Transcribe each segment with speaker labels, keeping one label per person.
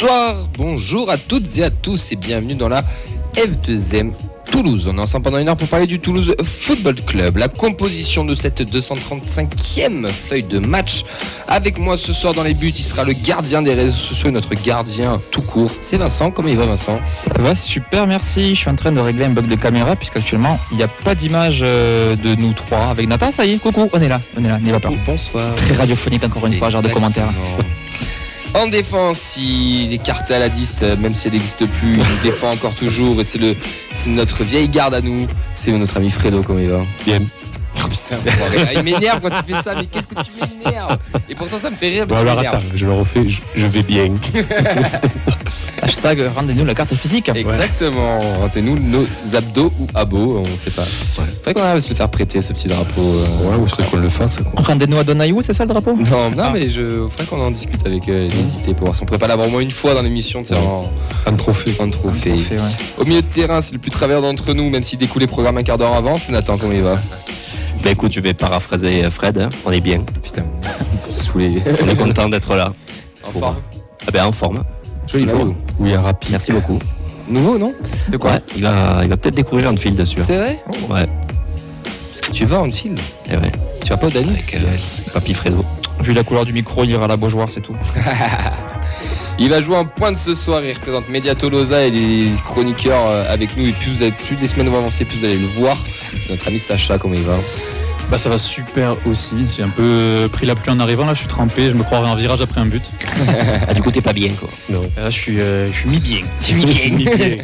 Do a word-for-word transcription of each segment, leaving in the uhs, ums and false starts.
Speaker 1: Bonsoir, bonjour à toutes et à tous et bienvenue dans la F deux M Toulouse. On est ensemble pendant une heure pour parler du Toulouse Football Club. La composition de cette deux cent trente-cinquième feuille de match. Avec moi ce soir dans les buts, il sera le gardien des réseaux sociaux et notre gardien tout court. C'est Vincent. Comment il va, Vincent ?
Speaker 2: Ça va super, merci. Je suis en train de régler un bug de caméra puisqu'actuellement il n'y a pas d'image de nous trois avec Nathan. Ça y est, coucou, on est là, on est là, n'aie pas peur.
Speaker 1: Bonsoir.
Speaker 2: Très radiophonique encore une fois, genre de commentaires.
Speaker 1: En défense, il est carté à la diste, même si elle n'existe plus, il nous défend encore toujours et c'est, le, c'est notre vieille garde à nous, c'est notre ami Fredo. Comment il va ?
Speaker 3: Bien.
Speaker 1: Oh putain, ah, il m'énerve quand tu fais ça, mais qu'est-ce que tu m'énerves ? Et pourtant ça me fait rire.
Speaker 3: Bon, alors attends, je le refais, je, je vais bien.
Speaker 2: Hashtag rendez-nous la carte physique.
Speaker 1: Exactement, rendez-nous nos abdos ou abos, on sait pas. Ouais. Faudrait qu'on arrive à se le faire prêter ce petit drapeau. Euh...
Speaker 3: Ouais, ou serait qu'on le fasse. Quoi.
Speaker 2: Rendez-nous à Donaïou, c'est ça le drapeau ?
Speaker 1: Non, non
Speaker 2: ah.
Speaker 1: mais je faudrait qu'on en discute avec eux, n'hésitez pour voir si on pourrait pas l'avoir au moins une fois dans l'émission, c'est vraiment
Speaker 3: un trophée.
Speaker 1: Un trophée.
Speaker 2: Un trophée ouais.
Speaker 1: Au milieu de terrain, c'est le plus travers d'entre nous, même s'il découle les programmes un quart d'heure avant, c'est Nathan, comment il va ?
Speaker 4: Bah écoute, je vais paraphraser Fred, hein. On est bien.
Speaker 1: Putain, saoulé.
Speaker 4: On est content d'être là.
Speaker 1: En forme ?
Speaker 4: Ah ben en forme.
Speaker 1: Joli joueur.
Speaker 3: Oui, rapide.
Speaker 4: Merci beaucoup.
Speaker 1: Nouveau, non ?
Speaker 4: De quoi ? Ouais, il va, il va peut-être découvrir Anfield dessus.
Speaker 1: C'est vrai ?
Speaker 4: Ouais.
Speaker 1: Parce que tu vas en Anfield ?
Speaker 4: Eh ouais.
Speaker 1: Tu vas pas au Dani ?
Speaker 4: Avec euh, yes. Papy Fredo.
Speaker 2: Vu la couleur du micro, il ira à la Beaujoire, c'est tout.
Speaker 1: Il va jouer en pointe ce soir, il représente Media Tolosa et les chroniqueurs avec nous. Et plus, vous avez, plus les semaines vont avancer, plus vous allez le voir. C'est notre ami Sacha, comment il va ?
Speaker 5: Bah ça va super aussi, j'ai un peu pris la pluie en arrivant, là je suis trempé, je me croirais en virage après un but.
Speaker 4: Ah du coup t'es pas bien quoi.
Speaker 5: Non. Là je suis, euh, je suis mi-bien.
Speaker 4: Je suis mi-bien. mi-bien.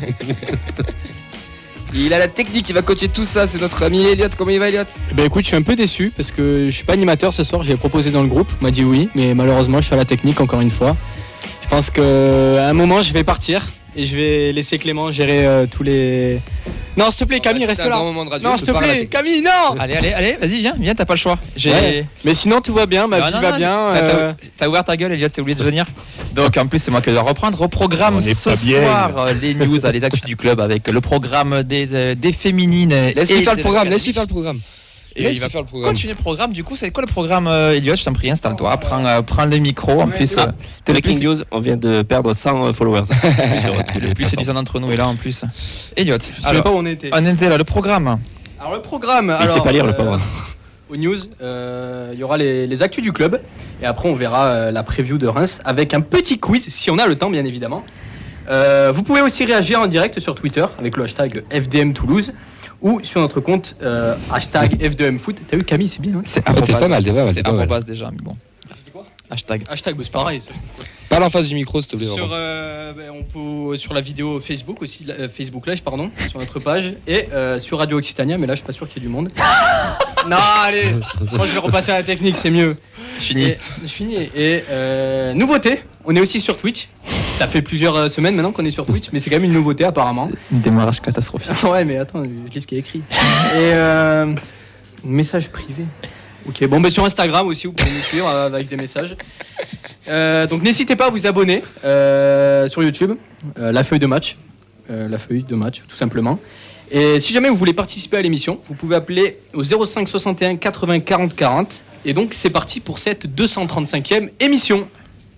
Speaker 1: Il a la technique, il va coacher tout ça, c'est notre ami Elliot. Comment il va Elliot ?
Speaker 6: Bah écoute, je suis un peu déçu parce que je suis pas animateur ce soir, j'ai proposé dans le groupe, on m'a dit oui, mais malheureusement je suis à la technique encore une fois. Je pense qu'à un moment je vais partir et je vais laisser Clément gérer euh, tous les... Non, s'il te plaît, Camille, reste là.
Speaker 1: Radio,
Speaker 6: non, s'il te plaît, Camille, non.
Speaker 2: Allez, allez, allez, vas-y, viens, viens, t'as pas le choix. J'ai...
Speaker 6: Ouais. Mais sinon, tout va bien, ma non, vie non, va non, bien. Euh...
Speaker 2: T'as, t'as ouvert ta gueule, Elliot, t'as oublié de venir. Donc, en plus, c'est moi qui dois reprendre. Au programme ce soir, les news, les actus du club avec le programme des, euh, des féminines.
Speaker 1: Laisse-lui faire le programme, laisse-lui faire le programme.
Speaker 2: Et Là, il va faire le programme. Continue le programme, du coup, c'est quoi le programme, euh, Elliot ? Je t'en prie, installe-toi, prends, euh, prends le micro. En ouais, plus,
Speaker 4: ah, euh, Breaking News, on vient de perdre cent followers.
Speaker 2: Le plus séduisant d'entre nous est là en plus. Elliot,
Speaker 6: je ne sais pas où on était.
Speaker 2: On était là, le programme.
Speaker 6: Alors, le programme.
Speaker 4: Il ne sait pas lire,
Speaker 6: euh,
Speaker 4: le pauvre.
Speaker 6: Aux news, il euh, y aura les, les actus du club. Et après, on verra euh, la preview de Reims avec un petit quiz, si on a le temps, bien évidemment. Euh, vous pouvez aussi réagir en direct sur Twitter avec le hashtag F D M Toulouse. Ou sur notre compte euh, hashtag F deux M Foot. T'as vu Camille, c'est bien. Hein
Speaker 2: c'est
Speaker 1: ah, c'est pas mal, déjà.
Speaker 2: C'est arrobas déjà, mais bon.
Speaker 6: C'était quoi ?
Speaker 2: Hashtag.
Speaker 6: Hashtag, bah, c'est pareil. Ça,
Speaker 1: parle en face du micro, s'il te plaît.
Speaker 6: Sur, euh, bah, on peut, sur la vidéo Facebook aussi, euh, Facebook Live, pardon, sur notre page. Et euh, sur Radio Occitania, mais là, je suis pas sûr qu'il y ait du monde. Non, allez, moi je vais repasser à la technique, c'est mieux.
Speaker 2: Je finis.
Speaker 6: Et, je finis. Et euh, nouveauté, on est aussi sur Twitch. Ça fait plusieurs semaines maintenant qu'on est sur Twitch, mais c'est quand même une nouveauté apparemment.
Speaker 2: C'est un démarrage catastrophique.
Speaker 6: Ouais, mais attends, je lis ce qui est écrit. Et euh, message privé. Ok, bon, ben sur Instagram aussi, vous pouvez nous suivre euh, avec des messages. Euh, donc n'hésitez pas à vous abonner euh, sur YouTube, euh, la feuille de match, euh, la feuille de match, tout simplement. Et si jamais vous voulez participer à l'émission, vous pouvez appeler au zéro cinq soixante et un quatre-vingts quarante quarante. Et donc c'est parti pour cette deux cent trente-cinquième émission.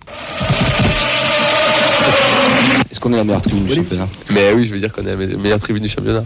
Speaker 1: Est-ce qu'on est la meilleure tribune du championnat ?
Speaker 3: Mais oui, je veux dire qu'on est la meilleure tribune du championnat.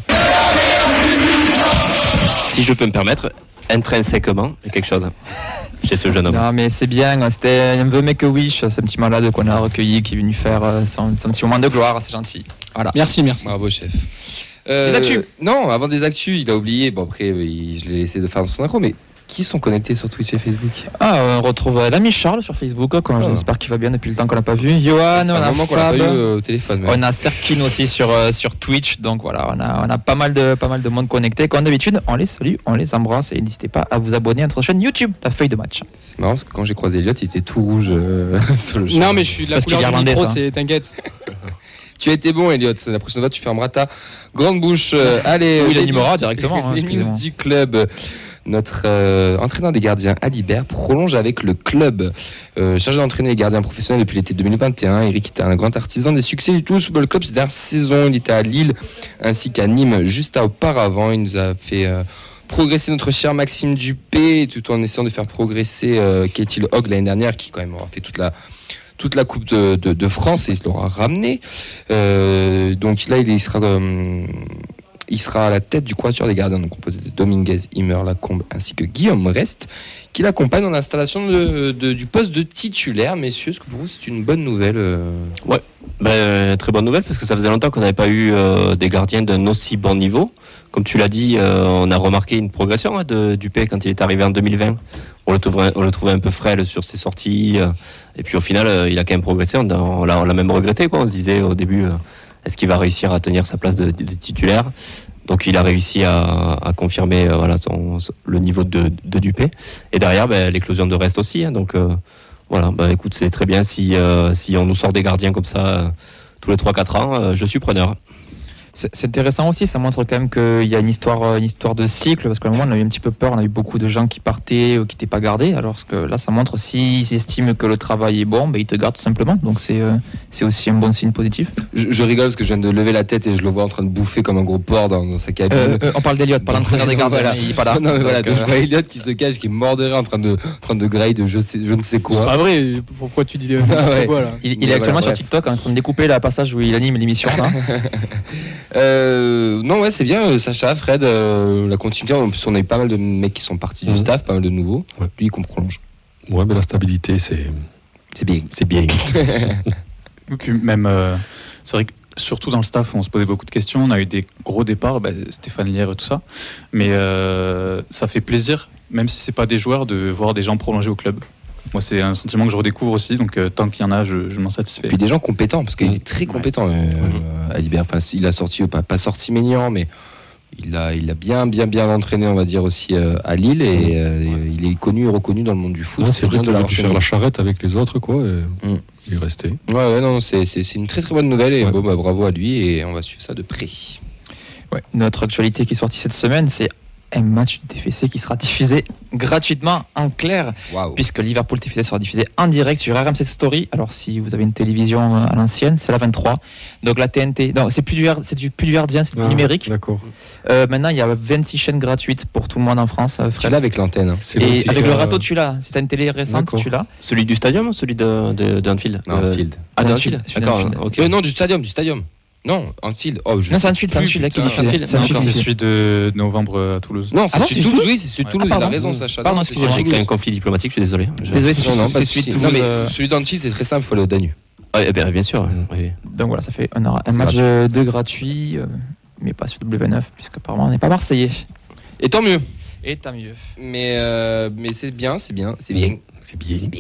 Speaker 4: Si je peux me permettre, intrinsèquement, il y a quelque chose chez ce jeune homme.
Speaker 2: Non, mais c'est bien, c'était un vœu make-a-wish, c'est un petit malade qu'on a recueilli, qui est venu faire son, son petit moment de gloire, c'est gentil. Voilà.
Speaker 6: Merci, merci.
Speaker 1: Bravo, chef. Euh,
Speaker 6: des actus ?
Speaker 1: Non, avant des actus, il a oublié. Bon, après, il, je l'ai laissé de faire son intro, mais qui sont connectés sur Twitch et Facebook ?
Speaker 2: Ah, on retrouve l'ami Charles sur Facebook, quoi. Oh. J'espère qu'il va bien depuis le temps qu'on l'a pas vu. Johan, on a
Speaker 1: moment qu'on l'a pas eu au téléphone. Même.
Speaker 2: On a Serkin aussi sur euh, sur Twitch, donc voilà, on a on a pas mal de pas mal de monde connecté. Comme d'habitude, on les salue, on les embrasse et n'hésitez pas à vous abonner à notre chaîne YouTube, la feuille de match.
Speaker 1: C'est marrant parce que quand j'ai croisé Elliot, il était tout rouge euh, sur le.
Speaker 6: Non, mais je suis de la couleur du micro, c'est t'inquiète.
Speaker 1: Tu as été bon, Elliot. La prochaine fois, tu fermeras ta grande bouche. Euh, allez,
Speaker 2: oui, il animera directement.
Speaker 1: Les news du club. Notre euh, entraîneur des gardiens, Alibert, prolonge avec le club. Euh, chargé d'entraîner les gardiens professionnels depuis l'été deux mille vingt et un, Eric était un grand artisan des succès du Toulouse Football Club cette dernière saison. Il était à Lille ainsi qu'à Nîmes juste auparavant. Il nous a fait euh, progresser notre cher Maxime Dupé, tout en essayant de faire progresser euh, Katie Le Hogg l'année dernière, qui quand même aura fait toute la toute la Coupe de, de, de France et il l'aura ramené. Euh, donc là, il sera, euh, il sera à la tête du quatuor des gardiens, donc composé de Dominguez, Immer, Lacombe ainsi que Guillaume Rest, qui l'accompagne dans l'installation de, de, du poste de titulaire. Messieurs, est-ce que pour vous c'est une bonne nouvelle euh...
Speaker 4: Ouais, ben, très bonne nouvelle parce que ça faisait longtemps qu'on n'avait pas eu euh, des gardiens d'un aussi bon niveau. Comme tu l'as dit, euh, on a remarqué une progression hein, de Dupé quand il est arrivé en deux mille vingt. On le trouvait, on le trouvait un peu frêle sur ses sorties. Euh, et puis au final, euh, il a quand même progressé. On, on, l'a, on l'a même regretté. Quoi. On se disait au début, euh, est-ce qu'il va réussir à tenir sa place de, de, de titulaire ? Donc il a réussi à, à confirmer euh, voilà, son, son, le niveau de, de Dupé. Et derrière, ben, l'éclosion de Rest aussi. Hein, donc euh, voilà, ben, écoute, c'est très bien si, euh, si on nous sort des gardiens comme ça euh, tous les trois quatre ans. Euh, je suis preneur.
Speaker 2: C'est, c'est intéressant aussi, ça montre quand même qu'il y a une histoire, une histoire de cycle, parce qu'à un moment on a eu un petit peu peur, on a eu beaucoup de gens qui partaient ou qui n'étaient pas gardés, alors que là ça montre s'ils estiment que le travail est bon, ben, ils te gardent tout simplement, donc c'est, euh, c'est aussi un bon signe positif.
Speaker 1: Je, je rigole parce que je viens de lever la tête et je le vois en train de bouffer comme un gros porc dans, dans sa cabine.
Speaker 2: Euh, euh, on parle d'Eliott, pas l'entraîneur des gardiens,
Speaker 1: Voilà.
Speaker 2: il n'est pas là.
Speaker 1: Non, mais voilà,
Speaker 2: Donc,
Speaker 1: donc je
Speaker 2: euh,
Speaker 1: vois Elliot qui se cache, qui est mort de rire en train de, en train de grade je, sais, je ne sais
Speaker 6: C'est
Speaker 1: quoi.
Speaker 6: pas vrai, pourquoi tu dis
Speaker 1: Ah ouais.
Speaker 6: quoi là?
Speaker 2: Il, il
Speaker 1: Mais
Speaker 2: est actuellement
Speaker 1: voilà,
Speaker 2: sur TikTok en train de découper la passage où il anime l'émission. Là.
Speaker 1: Euh, non, ouais, c'est bien, euh, Sacha, Fred, euh, la continuité. En plus, on a eu pas mal de mecs qui sont partis du
Speaker 3: Mhm.
Speaker 1: staff, pas mal de nouveaux.
Speaker 3: Ouais.
Speaker 1: Lui, qu'on prolonge.
Speaker 3: Ouais, mais la stabilité, c'est,
Speaker 1: C'est bien.
Speaker 3: c'est bien.
Speaker 5: Et puis même, euh, c'est vrai que surtout dans le staff, on se posait beaucoup de questions. On a eu des gros départs, bah, Stéphane Lière et tout ça. Mais euh, ça fait plaisir, même si c'est pas des joueurs, de voir des gens prolonger au club. Moi, c'est un sentiment que je redécouvre aussi. Donc, euh, tant qu'il y en a, je, je m'en satisfais.
Speaker 1: Puis des gens compétents, parce qu'il
Speaker 3: Mhm.
Speaker 1: est très compétent, euh, Alibert. Enfin, il a sorti, pas, pas sorti Maignan, mais il a, il a bien, bien, bien entraîné, on va dire, aussi euh, à Lille. Et euh, il est connu et reconnu dans le monde du foot.
Speaker 3: Ouais, c'est vrai
Speaker 1: bien
Speaker 3: qu'il
Speaker 1: de
Speaker 3: aurait
Speaker 1: l'avoir
Speaker 3: pu
Speaker 1: fait.
Speaker 3: faire la charrette avec les autres, quoi. Et
Speaker 1: Mm.
Speaker 3: Il est resté.
Speaker 1: Ouais, ouais, non, c'est, c'est, c'est une très, très bonne nouvelle. Et
Speaker 3: Ouais.
Speaker 1: bon, bah, bravo à lui. Et on va suivre ça de près.
Speaker 2: Ouais. Notre actualité qui est sortie cette semaine, c'est un match du T F C qui sera diffusé gratuitement en clair,
Speaker 1: Waouh.
Speaker 2: puisque Liverpool T F C sera diffusé en direct sur R M C Story. Alors si vous avez une télévision à l'ancienne, c'est la vingt-trois. Donc la T N T, non, c'est plus du, c'est du plus du Hardien, c'est du
Speaker 3: Ah,
Speaker 2: numérique.
Speaker 3: D'accord.
Speaker 2: Euh, maintenant, il y a vingt-six chaînes gratuites pour tout le monde en France. euh,
Speaker 1: Tu
Speaker 2: Fred.
Speaker 1: l'as avec l'antenne. Hein.
Speaker 3: C'est là
Speaker 2: Et
Speaker 3: aussi
Speaker 2: avec
Speaker 3: que-
Speaker 2: le râteau, tu l'as. Si tu as une télé récente,
Speaker 3: D'accord.
Speaker 2: tu l'as.
Speaker 4: Celui du stadium ou celui de, de, de Anfield
Speaker 1: Non,
Speaker 4: Euh,
Speaker 1: Anfield.
Speaker 4: Ah,
Speaker 2: Anfield,
Speaker 4: d'Anfield.
Speaker 2: celui
Speaker 4: D'accord,
Speaker 2: d'Anfield.
Speaker 4: ok.
Speaker 1: Euh, non, du stadium, du stadium. Non, Anfield. Oh, je
Speaker 2: Non,
Speaker 1: sais
Speaker 2: c'est Anfield, c'est
Speaker 1: plus,
Speaker 2: Anfield là qui est
Speaker 1: putain.
Speaker 2: diffusé.
Speaker 4: Anfield,
Speaker 2: C'est Anfield
Speaker 4: d'accord.
Speaker 2: qui est
Speaker 5: C'est
Speaker 2: diffusé.
Speaker 5: celui de novembre à Toulouse.
Speaker 1: Non, c'est
Speaker 2: Ah non,
Speaker 1: celui de
Speaker 2: c'est
Speaker 1: Toulouse,
Speaker 2: Toulouse.
Speaker 1: oui, c'est celui de
Speaker 5: Ouais.
Speaker 1: Toulouse.
Speaker 2: Ah,
Speaker 1: il a
Speaker 2: pardon.
Speaker 1: raison, Sacha.
Speaker 2: Pardon,
Speaker 1: Non, c'est
Speaker 2: excusez-moi.
Speaker 4: J'ai
Speaker 1: celui de
Speaker 4: créé un
Speaker 1: Toulouse.
Speaker 4: conflit diplomatique, je suis désolé. Je-
Speaker 2: Désolé, c'est
Speaker 1: Non, non, pas
Speaker 2: c'est
Speaker 1: de
Speaker 2: celui de
Speaker 1: souci.
Speaker 2: Toulouse.
Speaker 1: Non, mais
Speaker 2: euh,
Speaker 1: celui d'Anfield, c'est très simple, il faut aller au Danube.
Speaker 4: Ah, eh bien, bien sûr. Oui.
Speaker 2: Donc voilà, ça fait on aura un
Speaker 1: C'est
Speaker 2: match
Speaker 1: gratuit.
Speaker 2: euh, de gratuit, euh, mais pas sur W neuf, puisque apparemment on n'est pas marseillais.
Speaker 1: Et tant mieux.
Speaker 2: Et tant mieux.
Speaker 1: Mais, euh, mais c'est bien, c'est bien, c'est bien.
Speaker 3: C'est bien.
Speaker 1: C'est bien.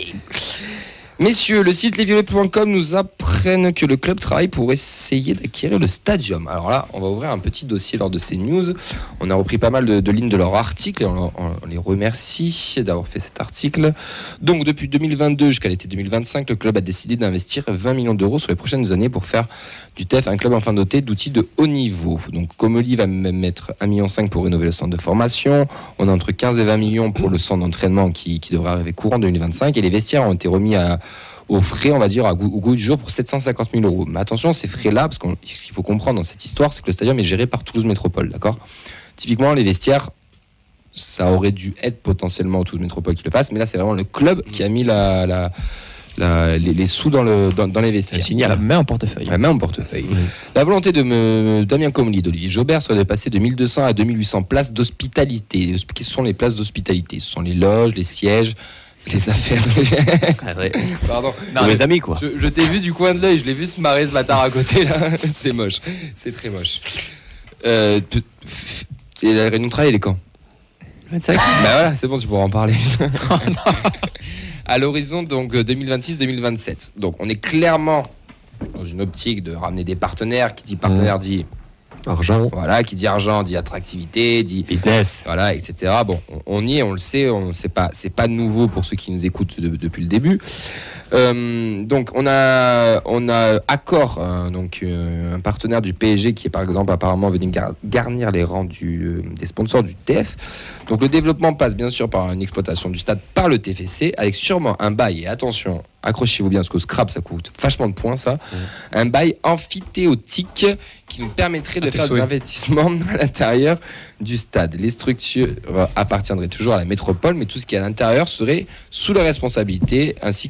Speaker 1: Messieurs, le site lesviolets point com nous apprennent que le club travaille pour essayer d'acquérir le stadium. Alors là, on va ouvrir un petit dossier lors de ces news. On a repris pas mal de, de lignes de leur article et on, on- on les remercie d'avoir fait cet article. Donc depuis deux mille vingt-deux jusqu'à l'été deux mille vingt-cinq, le club a décidé d'investir vingt millions d'euros sur les prochaines années pour faire du T E F un club enfin doté d'outils de haut niveau. Donc Comoli va même mettre un virgule cinq million pour rénover le centre de formation. On a entre quinze et vingt millions pour le centre d'entraînement qui, qui devrait arriver courant deux mille vingt-cinq et les vestiaires ont été remis à aux frais, on va dire, à goût- au goût du jour pour sept cent cinquante mille euros. Mais attention, ces frais-là, parce qu'on- ce qu'il faut comprendre dans cette histoire, c'est que le stadium est géré par Toulouse Métropole, d'accord ? Typiquement, les vestiaires, ça aurait dû être potentiellement Toulouse Métropole qui le fasse, mais là, c'est vraiment le club qui a mis la, la, la- les, les sous dans, le, dans, dans les vestiaires.
Speaker 2: Il y a la main en portefeuille.
Speaker 1: La main au portefeuille. La volonté de me, Damien Comely, d'Olivier Jobert, serait de passer de mille deux cents à deux mille huit cents places d'hospitalité. Qu'est-ce sont les places d'hospitalité ? Ce sont les loges, les sièges, les affaires.
Speaker 4: Ah, ouais.
Speaker 1: Pardon.
Speaker 4: Pour mes amis, quoi.
Speaker 1: Je, je t'ai vu du coin de l'œil, je l'ai vu se marrer ce bâtard à côté là. C'est moche, c'est très moche. Euh, p- f- c'est la réunion de travail, elle est quand ?
Speaker 4: vingt-cinq.
Speaker 1: Bah voilà, c'est bon, tu pourras en parler. À l'horizon donc deux mille vingt-six deux mille vingt-sept. Donc on est clairement dans une optique de ramener des partenaires. Qui dit partenaire dit
Speaker 3: Argent.
Speaker 1: voilà, qui dit argent dit attractivité, dit
Speaker 4: Business.
Speaker 1: voilà, et cetera. Bon, on, on y est, on le sait, on sait pas, c'est pas nouveau pour ceux qui nous écoutent de- depuis le début. Euh, donc on a, on a Accor, hein, donc euh, un partenaire du P S G qui est par exemple apparemment venu gar- garnir les rangs du, euh, des sponsors du T F. Donc le développement passe bien sûr par une exploitation du stade par le T F C, avec sûrement un bail, et attention, accrochez-vous bien parce qu'au scrap ça coûte vachement de points ça, un bail amphithéotique qui nous permettrait de
Speaker 5: À tes
Speaker 1: faire des
Speaker 5: souhaits.
Speaker 1: investissements à l'intérieur du stade. Les structures appartiendraient toujours à la métropole, mais tout ce qui est à l'intérieur serait sous la responsabilité ainsi que les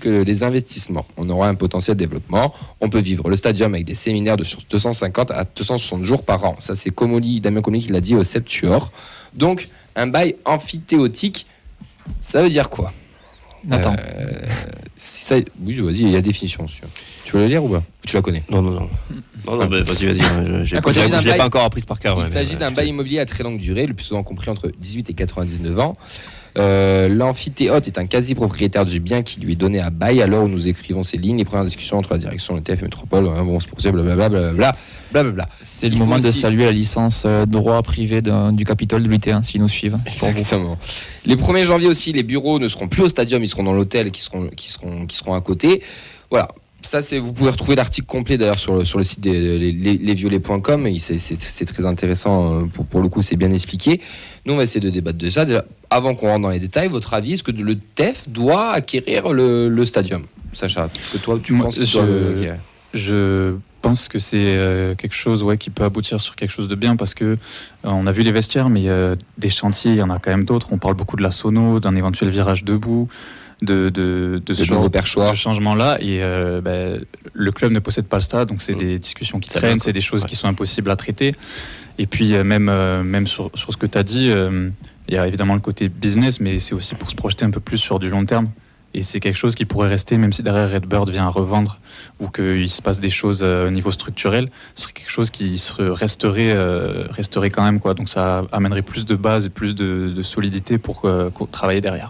Speaker 1: investissements. On aura un potentiel développement. On peut vivre le stadium avec des séminaires de sur deux cent cinquante à deux cent soixante jours par an. Ça, c'est Comoli, Damien Comoli qui l'a dit au Septuor. Donc, un bail amphithéotique, ça veut dire quoi ?
Speaker 2: Attends.
Speaker 1: Euh, si ça... Oui, vas-y, il y a la définition. Sûr. Tu veux la lire ou pas ? Tu la connais ?
Speaker 4: Non, non, non. Non, non, bah, vas-y, vas-y. J'ai,
Speaker 1: Ah,
Speaker 4: j'ai,
Speaker 1: j'ai
Speaker 4: j'ai,
Speaker 1: d'un
Speaker 4: j'ai
Speaker 1: bail-
Speaker 4: pas encore appris par cœur.
Speaker 1: Il
Speaker 4: ouais,
Speaker 1: s'agit
Speaker 4: mais,
Speaker 1: d'un
Speaker 4: ouais,
Speaker 1: bail
Speaker 4: je te
Speaker 1: immobilier à très longue durée, le plus souvent compris entre dix-huit et quatre-vingt-dix-neuf ans. Euh, l'amphithéote est un quasi-propriétaire du bien qui lui est donné à bail à l'heure où nous écrivons ces lignes. Les premières discussions entre la direction, le T F et Métropole hein, vont se poursuivre, blablabla. Blablabla, blablabla.
Speaker 2: C'est le
Speaker 1: Il
Speaker 2: moment
Speaker 1: faut
Speaker 2: de
Speaker 1: aussi-
Speaker 2: saluer la licence euh, droit privé de- du Capitole de l'U T, hein, s'ils nous suivent. C'est pour vous.
Speaker 1: Exactement. Les premier janvier aussi, les bureaux ne seront plus au stadium, ils seront dans l'hôtel qui seront, qui seront, qui seront à côté. Voilà. Ça, c'est, vous pouvez retrouver l'article complet d'ailleurs sur le, sur le site des les, les, lesviolets point com. Et C'est, c'est, c'est très intéressant. euh, Pour, pour le coup, c'est bien expliqué. Nous, on va essayer de débattre de ça. Déjà, avant qu'on rentre dans les détails, votre avis, est-ce que le T E F doit acquérir le, le stadium ? Sacha, est-ce que toi, tu
Speaker 5: Moi,
Speaker 1: penses qu'il
Speaker 5: je-
Speaker 1: doit le- l'acquérir ?
Speaker 5: Je pense que c'est euh, quelque chose ouais, qui peut aboutir sur quelque chose de bien parce que euh, on a vu les vestiaires, mais euh, des chantiers, il y en a quand même d'autres. On parle beaucoup de la sono, d'un éventuel virage debout, de, de, de,
Speaker 1: De
Speaker 5: ce
Speaker 1: nouveaux
Speaker 5: genre
Speaker 1: perchoirs.
Speaker 5: de changement-là. Et euh, ben, le club ne possède pas le stade, donc c'est
Speaker 4: Mmh.
Speaker 5: des discussions qui
Speaker 4: Ça
Speaker 5: traînent,
Speaker 4: va, quoi.
Speaker 5: c'est des choses
Speaker 4: Ouais.
Speaker 5: qui sont impossibles à traiter. Et puis euh, même, euh, même sur, sur ce que tu as dit, euh, il y a évidemment le côté business, mais c'est aussi pour se projeter un peu plus sur du long terme. Et c'est quelque chose qui pourrait rester, même si derrière Redbird vient à revendre ou qu'il se passe des choses euh, au niveau structurel, ce serait quelque chose qui se resterait, euh, resterait quand même, quoi. Donc ça amènerait plus de base et plus de, de solidité pour euh, co- travailler derrière.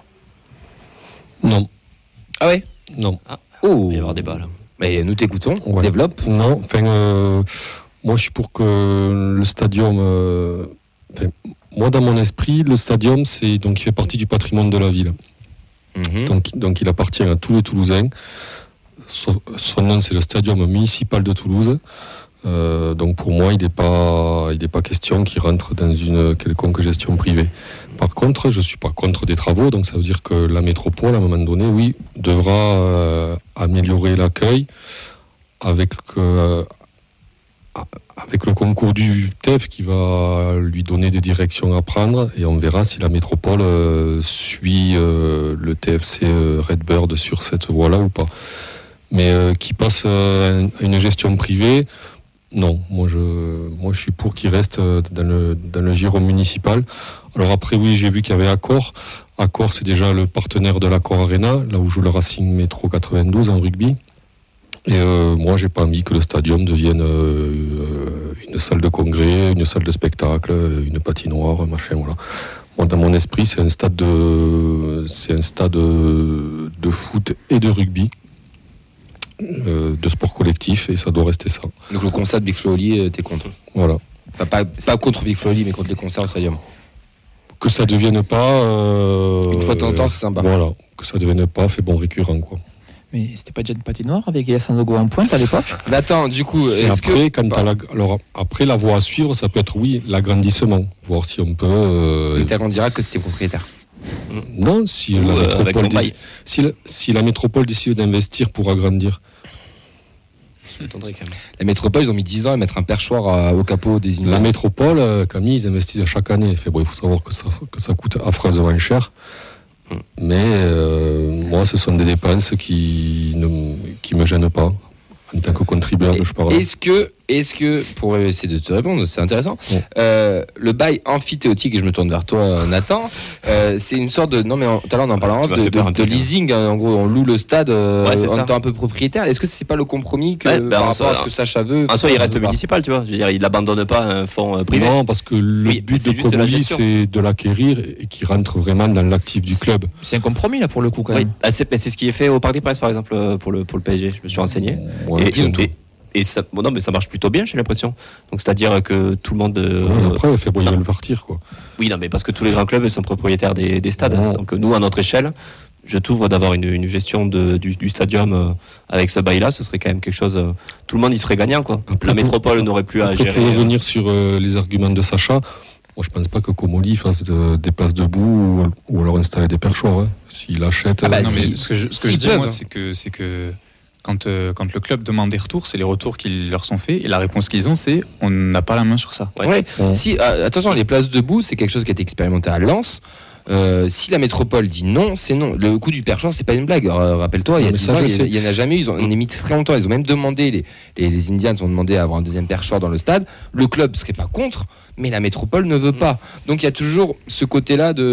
Speaker 3: Non,
Speaker 1: Ah ouais ?
Speaker 3: non.
Speaker 1: Oh
Speaker 4: Il va y avoir débat là.
Speaker 1: Mais nous t'écoutons.
Speaker 3: Ouais.
Speaker 1: Développe.
Speaker 3: Non, enfin, euh, moi je suis pour que le stadium. euh, enfin, moi, dans mon esprit, le stadium, c'est donc il fait partie du patrimoine de la ville.
Speaker 1: Mhm.
Speaker 3: Donc, donc il appartient à tous les Toulousains. Son, son nom, c'est le Stadium municipal de Toulouse. Euh, donc pour moi, il n'est pas, il n'est pas question qu'il rentre dans une quelconque gestion privée. Par contre, je ne suis pas contre des travaux, donc ça veut dire que la métropole, à un moment donné, oui, devra euh, améliorer l'accueil avec, euh, avec le concours du T E F qui va lui donner des directions à prendre et on verra si la métropole euh, suit euh, le T F C euh, Redbird sur cette voie-là ou pas. Mais euh, qui passe euh, à une gestion privée, non. Moi je, moi, je suis pour qu'il reste euh, dans le, dans le giron municipal. Alors après, oui, j'ai vu qu'il y avait Accor. Accor, c'est déjà le partenaire de l'Accor Arena, là où joue le Racing Métro quatre-vingt-douze en rugby. Et euh, moi, j'ai pas envie que le stadium devienne euh, une salle de congrès, une salle de spectacle, une patinoire, machin, voilà. Moi, dans mon esprit, c'est un stade de, c'est un stade de, de foot et de rugby, euh, de sport collectif, et ça doit rester ça.
Speaker 1: Donc le concert de Big Flo et Oli, euh, t'es contre.
Speaker 3: Voilà.
Speaker 1: Enfin, pas, pas contre Big Flo et Oli, mais contre les concerts au stadium.
Speaker 3: Que ça devienne pas. euh,
Speaker 1: Une fois de temps en temps, c'est sympa.
Speaker 3: Voilà. Que ça devienne pas fait bon récurrent, quoi.
Speaker 2: Mais c'était pas déjà une patinoire avec Yassanogo en pointe à l'époque ?
Speaker 1: Mais attends, du coup,
Speaker 3: Et
Speaker 1: est-ce
Speaker 3: après,
Speaker 1: que...
Speaker 3: quand t'as la, alors, après, la voie à suivre, ça peut être, oui, l'agrandissement. Voir si on peut. euh,
Speaker 1: Mais on dira que c'était propriétaire.
Speaker 3: non, si
Speaker 4: Ou,
Speaker 3: la,
Speaker 4: euh, avec
Speaker 3: métropole
Speaker 4: ton bail.
Speaker 3: décide, si, la, si la métropole décide d'investir pour agrandir.
Speaker 4: Je m'étonnerais quand même.
Speaker 1: La métropole, ils ont mis dix ans à mettre un perchoir à- au capot des
Speaker 3: La
Speaker 1: immeubles.
Speaker 3: métropole, euh, Camille, ils investissent chaque année. Fait, bon, il faut savoir que ça, que ça coûte affreusement cher.
Speaker 4: Mm.
Speaker 3: Mais euh, moi, ce sont des dépenses qui ne qui me gênent pas. En tant que contribuable, je parle.
Speaker 1: Est-ce que, est-ce que, pour essayer de te répondre, c'est intéressant,
Speaker 3: Ouais.
Speaker 1: euh, le bail amphithéotique, et je me tourne vers toi, Nathan, euh, c'est une sorte de, non mais en- tout à l'heure on en parlait
Speaker 4: Tu m'as
Speaker 1: de,
Speaker 4: fait peur
Speaker 1: de,
Speaker 4: un
Speaker 1: de
Speaker 4: peu,
Speaker 1: leasing, hein, en gros on loue le stade euh,
Speaker 4: Ouais, c'est
Speaker 1: en
Speaker 4: ça.
Speaker 1: étant un peu propriétaire. Est-ce que c'est pas le compromis que,
Speaker 4: Ouais, ben,
Speaker 1: par
Speaker 4: en
Speaker 1: rapport
Speaker 4: soi,
Speaker 1: à ce que Sacha veut
Speaker 4: En soi, il reste
Speaker 1: veut pas.
Speaker 4: municipal, tu vois. Je veux dire, il n'abandonne pas un fonds euh, privé.
Speaker 3: Non, parce que le
Speaker 4: Oui,
Speaker 3: but
Speaker 4: c'est
Speaker 3: de
Speaker 4: juste de la
Speaker 3: Comoli,
Speaker 4: gestion.
Speaker 3: c'est de l'acquérir et qu'il rentre vraiment dans l'actif du club.
Speaker 2: C'est un compromis là pour le coup quand
Speaker 4: Oui,
Speaker 2: même.
Speaker 4: ah, c'est, mais c'est ce qui est fait au Parc des Princes, par exemple, euh, pour le, pour le P S G. Je me suis renseigné.
Speaker 3: Ouais,
Speaker 4: et,
Speaker 3: tiens,
Speaker 4: et-
Speaker 3: tout.
Speaker 4: et- et ça, bon, non, mais ça marche plutôt bien, j'ai l'impression. Donc, c'est-à-dire que tout le monde. euh,
Speaker 3: Ouais, après, fait, bon, ils
Speaker 4: non.
Speaker 3: veulent partir, quoi.
Speaker 4: Oui, non, mais parce que tous les grands clubs sont propriétaires des, des stades.
Speaker 3: Ouais.
Speaker 4: Donc, nous, à notre échelle, je trouve d'avoir une, une gestion de, du, du stadium euh, avec ce bail-là, ce serait quand même quelque chose. euh, tout le monde y serait gagnant, quoi.
Speaker 3: Après,
Speaker 4: La
Speaker 3: pour-
Speaker 4: métropole n'aurait plus à
Speaker 3: Après,
Speaker 4: gérer.
Speaker 3: pour
Speaker 4: euh,
Speaker 3: revenir sur euh, les arguments de Sacha, moi, je pense pas que Comoli fasse de- des places debout ou, ou alors installer des perchoirs. Hein. S'il achète.
Speaker 1: Ah bah,
Speaker 3: euh,
Speaker 5: non,
Speaker 1: si-
Speaker 5: mais ce que je, ce que
Speaker 1: s'ils
Speaker 5: je dis,
Speaker 1: peuvent.
Speaker 5: moi, c'est que, c'est que quand, euh, quand le club demande des retours, c'est les retours qui leur sont faits. Et la réponse qu'ils ont, c'est on n'a pas la main sur ça.
Speaker 4: Ouais.
Speaker 1: Ouais.
Speaker 3: Ouais.
Speaker 1: Si, euh, attention, les places debout, c'est quelque chose qui a été expérimenté à Lens. Euh, si la métropole dit non, c'est non. Le coup du perchoir, c'est pas une blague. Euh, rappelle-toi, il y a
Speaker 3: mais
Speaker 1: dix
Speaker 3: ça,
Speaker 1: ans,
Speaker 3: je
Speaker 1: il y,
Speaker 3: sais.
Speaker 1: il y en a jamais eu. Ils ont on a mis très longtemps. Ils ont même demandé, les, les, les Indians ont demandé à avoir un deuxième perchoir dans le stade. Le club serait pas contre, mais la métropole ne veut pas. Donc il y a toujours ce côté-là de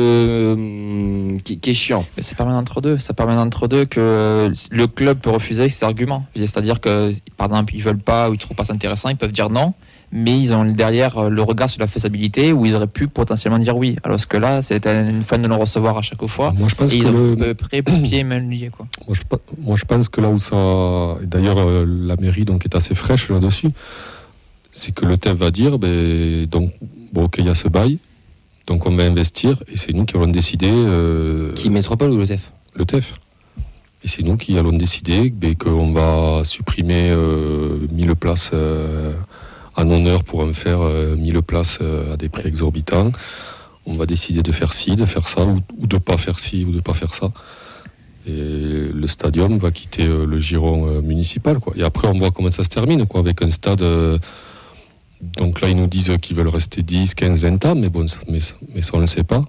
Speaker 1: euh, qui, qui est chiant.
Speaker 2: Mais ça permet d'entre deux. Ça permet d'entre deux que le club peut refuser avec ses arguments. C'est-à-dire que, par exemple, ils veulent pas ou ils trouvent pas ça intéressant, ils peuvent dire non. Mais ils ont derrière le regard sur la faisabilité où ils auraient pu potentiellement dire oui. Alors que là, c'est une fin de non-recevoir à chaque fois.
Speaker 3: Moi, je pense
Speaker 2: Et
Speaker 3: que
Speaker 2: ils ont
Speaker 3: le-
Speaker 2: à peu près pieds et mains liés, quoi.
Speaker 3: Moi je, pe- moi, je pense que là où ça. Et d'ailleurs, euh, la mairie donc, est assez fraîche là-dessus. C'est que le T E F va dire ben, donc, bon, ok, il y a ce bail, donc on va investir, et c'est nous qui allons décider. euh,
Speaker 1: Qui métropole ou le T F?
Speaker 3: Le T E F. Et c'est nous qui allons décider ben, qu'on va supprimer euh, mille places euh, en honneur pour en faire euh, mille places euh, à des prix exorbitants. On va décider de faire ci, de faire ça, ou, ou de ne pas faire ci, ou de ne pas faire ça. Et le stadium va quitter euh, le giron euh, municipal, quoi. Et après, on voit comment ça se termine, quoi, avec un stade. euh, donc là, ils nous disent qu'ils veulent rester dix, quinze, vingt ans, mais bon, ça, mais, ça- mais ça, on ne le sait pas.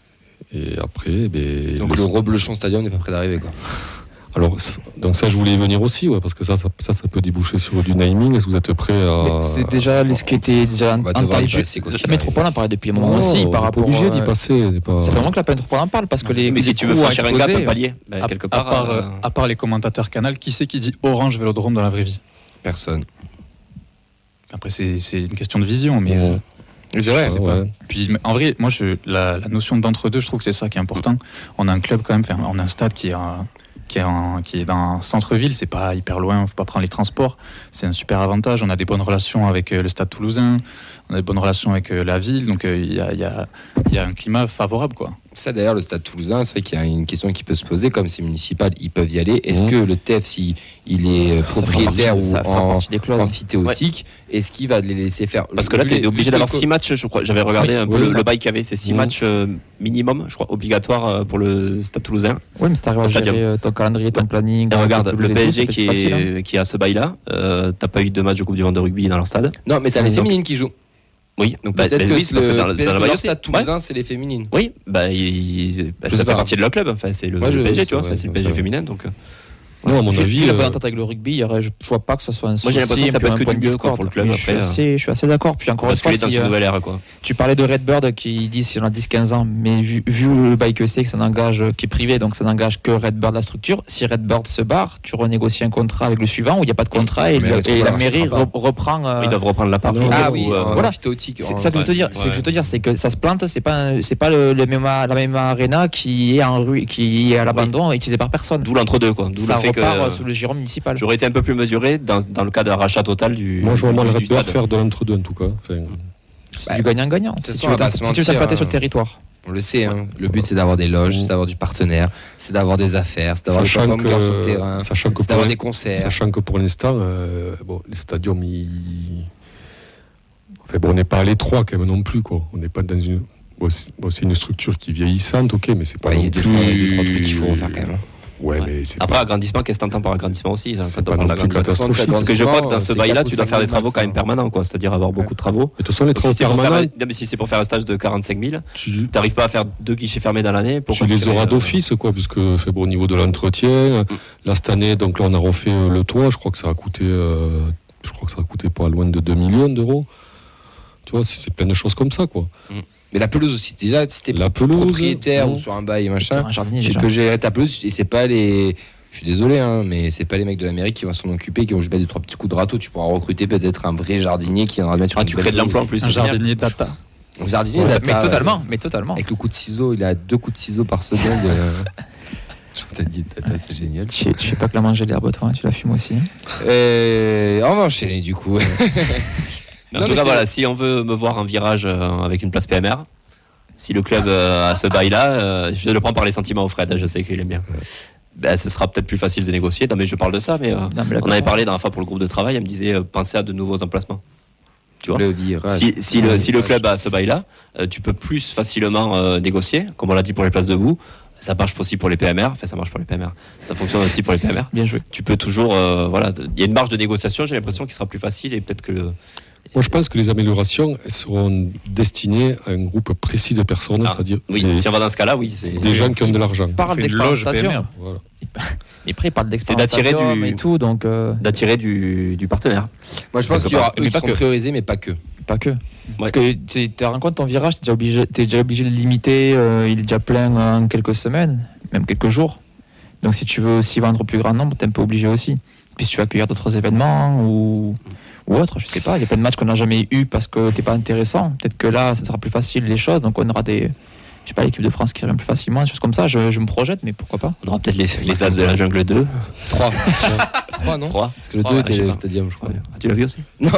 Speaker 3: Et après, ben,
Speaker 1: Donc
Speaker 3: le-
Speaker 1: le Reblochon Stadium n'est pas prêt d'arriver, quoi.
Speaker 3: alors, ça- donc ça, je voulais y venir aussi, ouais, parce que ça, ça, ça, ça peut déboucher sur du naming. Est-ce que vous êtes prêts à...
Speaker 2: Mais c'est déjà ce qui était déjà
Speaker 1: On va devoir y
Speaker 2: entendu.
Speaker 1: passer, quoi
Speaker 2: La
Speaker 1: qu'il
Speaker 2: métropole en parlait depuis un moment
Speaker 3: Non,
Speaker 2: aussi
Speaker 3: on
Speaker 2: par
Speaker 3: est
Speaker 2: rapport.
Speaker 3: pas obligé d'y
Speaker 2: euh,
Speaker 3: passer. on n'est pas-
Speaker 2: Ça fait vraiment que la métropole en parle parce que les.
Speaker 4: Mais si
Speaker 2: les
Speaker 4: tu veux
Speaker 2: coûts
Speaker 4: franchir un gap,
Speaker 2: explosé.
Speaker 4: un palier, ben,
Speaker 5: À,
Speaker 4: quelque
Speaker 5: à
Speaker 4: part.
Speaker 5: part,
Speaker 4: euh,
Speaker 5: euh, à part les commentateurs Canal, qui c'est qui dit Orange Vélodrome dans la vraie vie?
Speaker 1: Personne.
Speaker 5: Après, c'est c'est une question de vision, mais.
Speaker 3: Ouais.
Speaker 5: euh,
Speaker 1: C'est vrai.
Speaker 3: Ouais,
Speaker 5: sais
Speaker 3: ouais.
Speaker 5: Puis, mais en vrai, moi, je, la, la notion d'entre-deux, je trouve que c'est ça qui est important. On a un club quand même, enfin, on a un stade qui est, un- qui est, un- qui est dans un centre-ville, c'est pas hyper loin, faut pas prendre les transports. C'est un super avantage. On a des bonnes relations avec euh, le stade toulousain, on a des bonnes relations avec euh, la ville, donc euh, il y, a, il y, a, il y a un climat favorable, quoi.
Speaker 1: Ça d'ailleurs, le Stade Toulousain, c'est vrai qu'il y a une question qui peut se poser, comme c'est municipal, ils peuvent y aller. Est-ce
Speaker 3: Mmh.
Speaker 1: que le T F, si il est euh,
Speaker 2: Ça fera
Speaker 1: propriétaire
Speaker 2: partie-
Speaker 1: ou
Speaker 2: ça fera
Speaker 1: en
Speaker 2: partie des clauses.
Speaker 1: amphithéotique, est-ce qu'il va les laisser faire?
Speaker 4: Parce que là,
Speaker 1: Vu
Speaker 4: tu
Speaker 1: les-
Speaker 4: es obligé
Speaker 1: vu
Speaker 4: d'avoir
Speaker 1: les co-
Speaker 4: six matchs, je crois. J'avais regardé un peu
Speaker 3: oui,
Speaker 4: le,
Speaker 3: ça.
Speaker 4: le bail qu'il y avait, c'est six
Speaker 3: Mhm.
Speaker 4: matchs euh, minimum, je crois, obligatoire euh, pour le Stade Toulousain.
Speaker 2: Oui, mais si t'arrives à
Speaker 4: Au
Speaker 2: gérer
Speaker 4: stadium.
Speaker 2: euh, ton calendrier, ton planning.
Speaker 4: Et regarde,
Speaker 2: ton
Speaker 4: le
Speaker 2: pelouse et
Speaker 4: P S
Speaker 2: tout,
Speaker 4: G
Speaker 2: c'est
Speaker 4: qui,
Speaker 2: plus facile, hein.
Speaker 4: est, qui a ce bail-là, euh, t'as pas eu de match de Coupe du Monde de rugby dans leur stade.
Speaker 1: Non, mais t'as les
Speaker 4: Donc-
Speaker 1: féminines qui jouent.
Speaker 4: Oui,
Speaker 1: Donc
Speaker 4: bah,
Speaker 1: peut-être
Speaker 4: bah
Speaker 1: que,
Speaker 4: oui, c'est parce que
Speaker 1: le-
Speaker 4: dans le-
Speaker 1: peut-être
Speaker 4: dans
Speaker 1: que
Speaker 4: le
Speaker 1: leur
Speaker 4: bail
Speaker 1: Stade
Speaker 4: aussi.
Speaker 1: Toulousain, c'est les féminines.
Speaker 4: Oui, bah, il- bah,
Speaker 1: Je
Speaker 4: ça
Speaker 1: sais
Speaker 4: fait
Speaker 1: pas.
Speaker 4: partie de leur club. Enfin, c'est le,
Speaker 1: Ouais,
Speaker 4: le
Speaker 1: je-
Speaker 4: P S G,
Speaker 1: je
Speaker 4: tu vois.
Speaker 1: sais,
Speaker 4: Enfin, c'est le
Speaker 1: ouais,
Speaker 4: P S G
Speaker 1: ça va.
Speaker 4: féminin, donc. euh,
Speaker 3: Non, à mon
Speaker 2: Vu-
Speaker 3: avis.
Speaker 2: vu la bonne
Speaker 3: euh,
Speaker 2: entente avec le rugby, il y aurait- je ne vois pas que ce soit un souci.
Speaker 4: j'ai l'impression que ça
Speaker 2: et puis
Speaker 4: peut être
Speaker 2: un
Speaker 4: que
Speaker 2: point
Speaker 4: du
Speaker 2: de
Speaker 4: mieux, quoi,
Speaker 2: discorde.
Speaker 4: pour le club,
Speaker 2: Mais je, suis
Speaker 4: après,
Speaker 2: assez, je suis assez d'accord. Puis encore une fois,
Speaker 4: basculer dans
Speaker 2: si,
Speaker 4: une
Speaker 2: euh,
Speaker 4: nouvelle ère, quoi.
Speaker 2: tu parlais de Redbird qui dit si on a dix quinze ans, mais vu, vu le bail que c'est, que ça n'engage, qui est privé, donc ça n'engage que Redbird la structure. Si Redbird se barre, tu renégocies un contrat avec le suivant où il n'y a pas de contrat et,
Speaker 1: Mais
Speaker 2: le-
Speaker 1: la
Speaker 2: et
Speaker 1: métropole
Speaker 2: la
Speaker 1: la
Speaker 2: mairie
Speaker 1: rachètera
Speaker 2: re- reprend. euh,
Speaker 4: Ils doivent reprendre la part.
Speaker 3: non,
Speaker 1: Ah
Speaker 3: non,
Speaker 1: oui,
Speaker 4: ou, euh,
Speaker 1: en
Speaker 2: voilà.
Speaker 1: amphithéotique.
Speaker 2: C'est
Speaker 1: en-
Speaker 2: ça que je veux te dire. C'est que je veux te dire, c'est que ça se plante. C'est pas, un- c'est pas le, le même, la même arena qui est en rue, qui est à l'abandon, utilisé par personne.
Speaker 4: D'où l'entre-deux, quoi. D'où
Speaker 2: Ça
Speaker 4: le fait que.
Speaker 2: repart euh, sous le giron municipal.
Speaker 4: J'aurais été un peu plus mesuré dans, dans le cas d'un rachat total du.
Speaker 3: Moi, je vois mal
Speaker 4: du-
Speaker 3: le
Speaker 4: du
Speaker 3: Red Bird
Speaker 4: stade.
Speaker 3: faire de l'entre-deux, en tout cas. Enfin,
Speaker 2: C'est du gagnant-gagnant.
Speaker 1: toute
Speaker 2: Si
Speaker 1: façon,
Speaker 2: tu
Speaker 1: on
Speaker 2: veux
Speaker 1: va
Speaker 2: pas-
Speaker 1: se
Speaker 2: si tu veux
Speaker 1: mentir,
Speaker 2: t'appâter
Speaker 1: euh,
Speaker 2: sur le territoire.
Speaker 1: On le sait, hein. Le but c'est d'avoir des loges, c'est d'avoir du partenaire, c'est d'avoir des affaires, c'est d'avoir des
Speaker 3: sachant
Speaker 1: pom-pom sur le
Speaker 3: que,
Speaker 1: terrain,
Speaker 3: sachant que
Speaker 1: c'est
Speaker 3: pour,
Speaker 1: d'avoir des concerts.
Speaker 3: sachant que pour l'instant, euh, bon, les stadiums, ils... enfin, bon, on n'est pas à l'étroit quand même non plus, quoi. On n'est pas dans une. Bon, c'est, bon, c'est une structure qui est vieillissante, ok, mais c'est pas
Speaker 1: Ouais, il y
Speaker 3: non
Speaker 1: a deux,
Speaker 3: plus.
Speaker 1: trois- deux, trois trucs qu'il faut refaire quand même. hein.
Speaker 3: Ouais,
Speaker 4: Ouais.
Speaker 3: mais c'est
Speaker 4: Après,
Speaker 3: pas.
Speaker 4: agrandissement, qu'est-ce que t'entends par agrandissement aussi ça,
Speaker 3: C'est
Speaker 4: ça doit
Speaker 3: pas
Speaker 4: prendre
Speaker 3: non plus
Speaker 4: l'agrandissement.
Speaker 3: catastrophique.
Speaker 4: Parce que je crois que dans ce
Speaker 1: C'est
Speaker 4: bail-là,
Speaker 1: quatre
Speaker 4: tu
Speaker 1: ou
Speaker 4: dois
Speaker 1: cinq
Speaker 4: faire des
Speaker 1: mille
Speaker 4: travaux
Speaker 1: max,
Speaker 4: quand même
Speaker 1: hein.
Speaker 4: permanents, quoi. C'est-à-dire avoir beaucoup de travaux.
Speaker 3: Et de toute façon, les
Speaker 4: Donc,
Speaker 3: travaux
Speaker 4: si, c'est pour faire,
Speaker 3: permanents,
Speaker 4: non, mais si c'est pour faire un stage de quarante-cinq mille,
Speaker 3: tu,
Speaker 4: t'arrives pas à faire deux guichets fermés dans l'année.
Speaker 3: tu
Speaker 4: pourquoi
Speaker 3: les
Speaker 4: fais,
Speaker 3: auras
Speaker 4: euh,
Speaker 3: d'office, quoi, puisque fait, bon, au niveau de l'entretien, là, cette année, donc là, on a refait euh, le toit. Je crois que ça a coûté, euh, je crois que ça a coûté pas loin de deux millions d'euros. Tu vois, c'est, c'est plein de choses comme ça, quoi.
Speaker 1: Mais la pelouse aussi, déjà, si t'es
Speaker 3: La
Speaker 1: pro-
Speaker 3: pelouse,
Speaker 1: propriétaire
Speaker 3: mmh.
Speaker 1: ou sur un bail et machin,
Speaker 2: Un jardinier
Speaker 1: tu
Speaker 2: déjà.
Speaker 1: peux gérer ta pelouse et c'est pas les. Je suis désolé, hein, mais c'est pas les mecs de l'Amérique qui vont s'en occuper, qui vont juste mettre deux trois petits coups de râteau. Tu pourras recruter peut-être un vrai jardinier qui viendra mettre sur
Speaker 4: Ah,
Speaker 1: une
Speaker 4: tu
Speaker 1: belle
Speaker 4: crées de l'emploi en
Speaker 1: pelouse.
Speaker 4: plus.
Speaker 5: Un
Speaker 4: c'est génial.
Speaker 5: jardinier data.
Speaker 1: Un jardinier,
Speaker 2: Ouais,
Speaker 1: là,
Speaker 2: mais
Speaker 1: t'as-
Speaker 2: totalement, mais totalement.
Speaker 1: Avec le coup de ciseau, il a deux coups de ciseau par seconde. euh, Je t'ai dit, tata, c'est génial.
Speaker 2: Je sais- je sais pas que la manger l'herbe, toi, hein, tu la fumes aussi.
Speaker 1: Euh, on va enchaîner du coup.
Speaker 4: Mais
Speaker 1: Non,
Speaker 4: en tout
Speaker 1: mais
Speaker 4: cas,
Speaker 1: c'est-
Speaker 4: voilà, si on veut me voir un virage euh, avec une place P M R, si le club euh, a ce bail-là, euh, je le prends par les sentiments au Fred, je sais qu'il aime bien. Ben, ce sera peut-être plus facile de négocier. Non, mais je parle de ça, mais euh,
Speaker 2: Non, mais là,
Speaker 4: on avait parlé dans la fois pour le groupe de travail, elle me disait euh, pensez à de nouveaux emplacements. Tu vois
Speaker 1: Le virage.
Speaker 4: si, si, le, si le club a ce bail-là, euh, tu peux plus facilement euh, négocier, comme on l'a dit pour les places debout. Ça marche aussi pour les P M R, enfin ça marche pour les P M R, ça fonctionne aussi pour les P M R.
Speaker 2: Bien joué.
Speaker 4: Tu peux toujours, euh, voilà, il y a une marge de négociation, j'ai l'impression qu'il sera plus facile et peut-être que le,
Speaker 3: Moi, je pense que les améliorations elles seront destinées à un groupe précis de personnes,
Speaker 4: Ah,
Speaker 3: c'est-à-dire
Speaker 4: Oui,
Speaker 3: des,
Speaker 4: si on va dans ce cas-là, oui. C'est...
Speaker 3: des gens qui ont de l'argent.
Speaker 2: Il parle
Speaker 5: fait une
Speaker 2: d'expérience
Speaker 5: loge P M
Speaker 2: stadium.
Speaker 5: R.
Speaker 3: Voilà.
Speaker 2: Et après, il parle d'expérience
Speaker 4: d'attirer
Speaker 2: stadium
Speaker 4: du-
Speaker 2: et tout, donc euh,
Speaker 4: D'attirer du, du partenaire.
Speaker 1: Moi, je pense
Speaker 4: Quelque
Speaker 1: qu'il y aura
Speaker 4: part.
Speaker 1: eux
Speaker 2: Mais
Speaker 1: qui
Speaker 2: pas
Speaker 1: seront
Speaker 2: que.
Speaker 1: priorisés, mais pas que.
Speaker 2: pas que. Parce que tu te rends compte, ton virage, tu es déjà obligé, t'es déjà obligé de le limiter, euh, il est déjà plein en quelques semaines, même quelques jours. Donc si tu veux aussi vendre au plus grand nombre, tu es un peu obligé aussi. Puis si tu veux accueillir d'autres événements ou, ou autre, je sais pas, il y a plein de matchs qu'on n'a jamais eu parce que t'es pas intéressant. Peut-être que là, ça sera plus facile les choses, donc on aura des, je sais pas, l'équipe de France qui revient plus facilement, des choses comme ça. Je, je me projette, mais pourquoi pas.
Speaker 4: On aura peut-être les, les As de la Jungle deux.
Speaker 1: trois. trois, non
Speaker 4: trois.
Speaker 1: Parce que le
Speaker 4: Trois,
Speaker 1: deux
Speaker 4: ouais,
Speaker 1: était
Speaker 4: je sais
Speaker 1: le
Speaker 4: pas.
Speaker 1: stadium, je crois.
Speaker 4: Ah, tu l'as vu aussi?
Speaker 1: Non.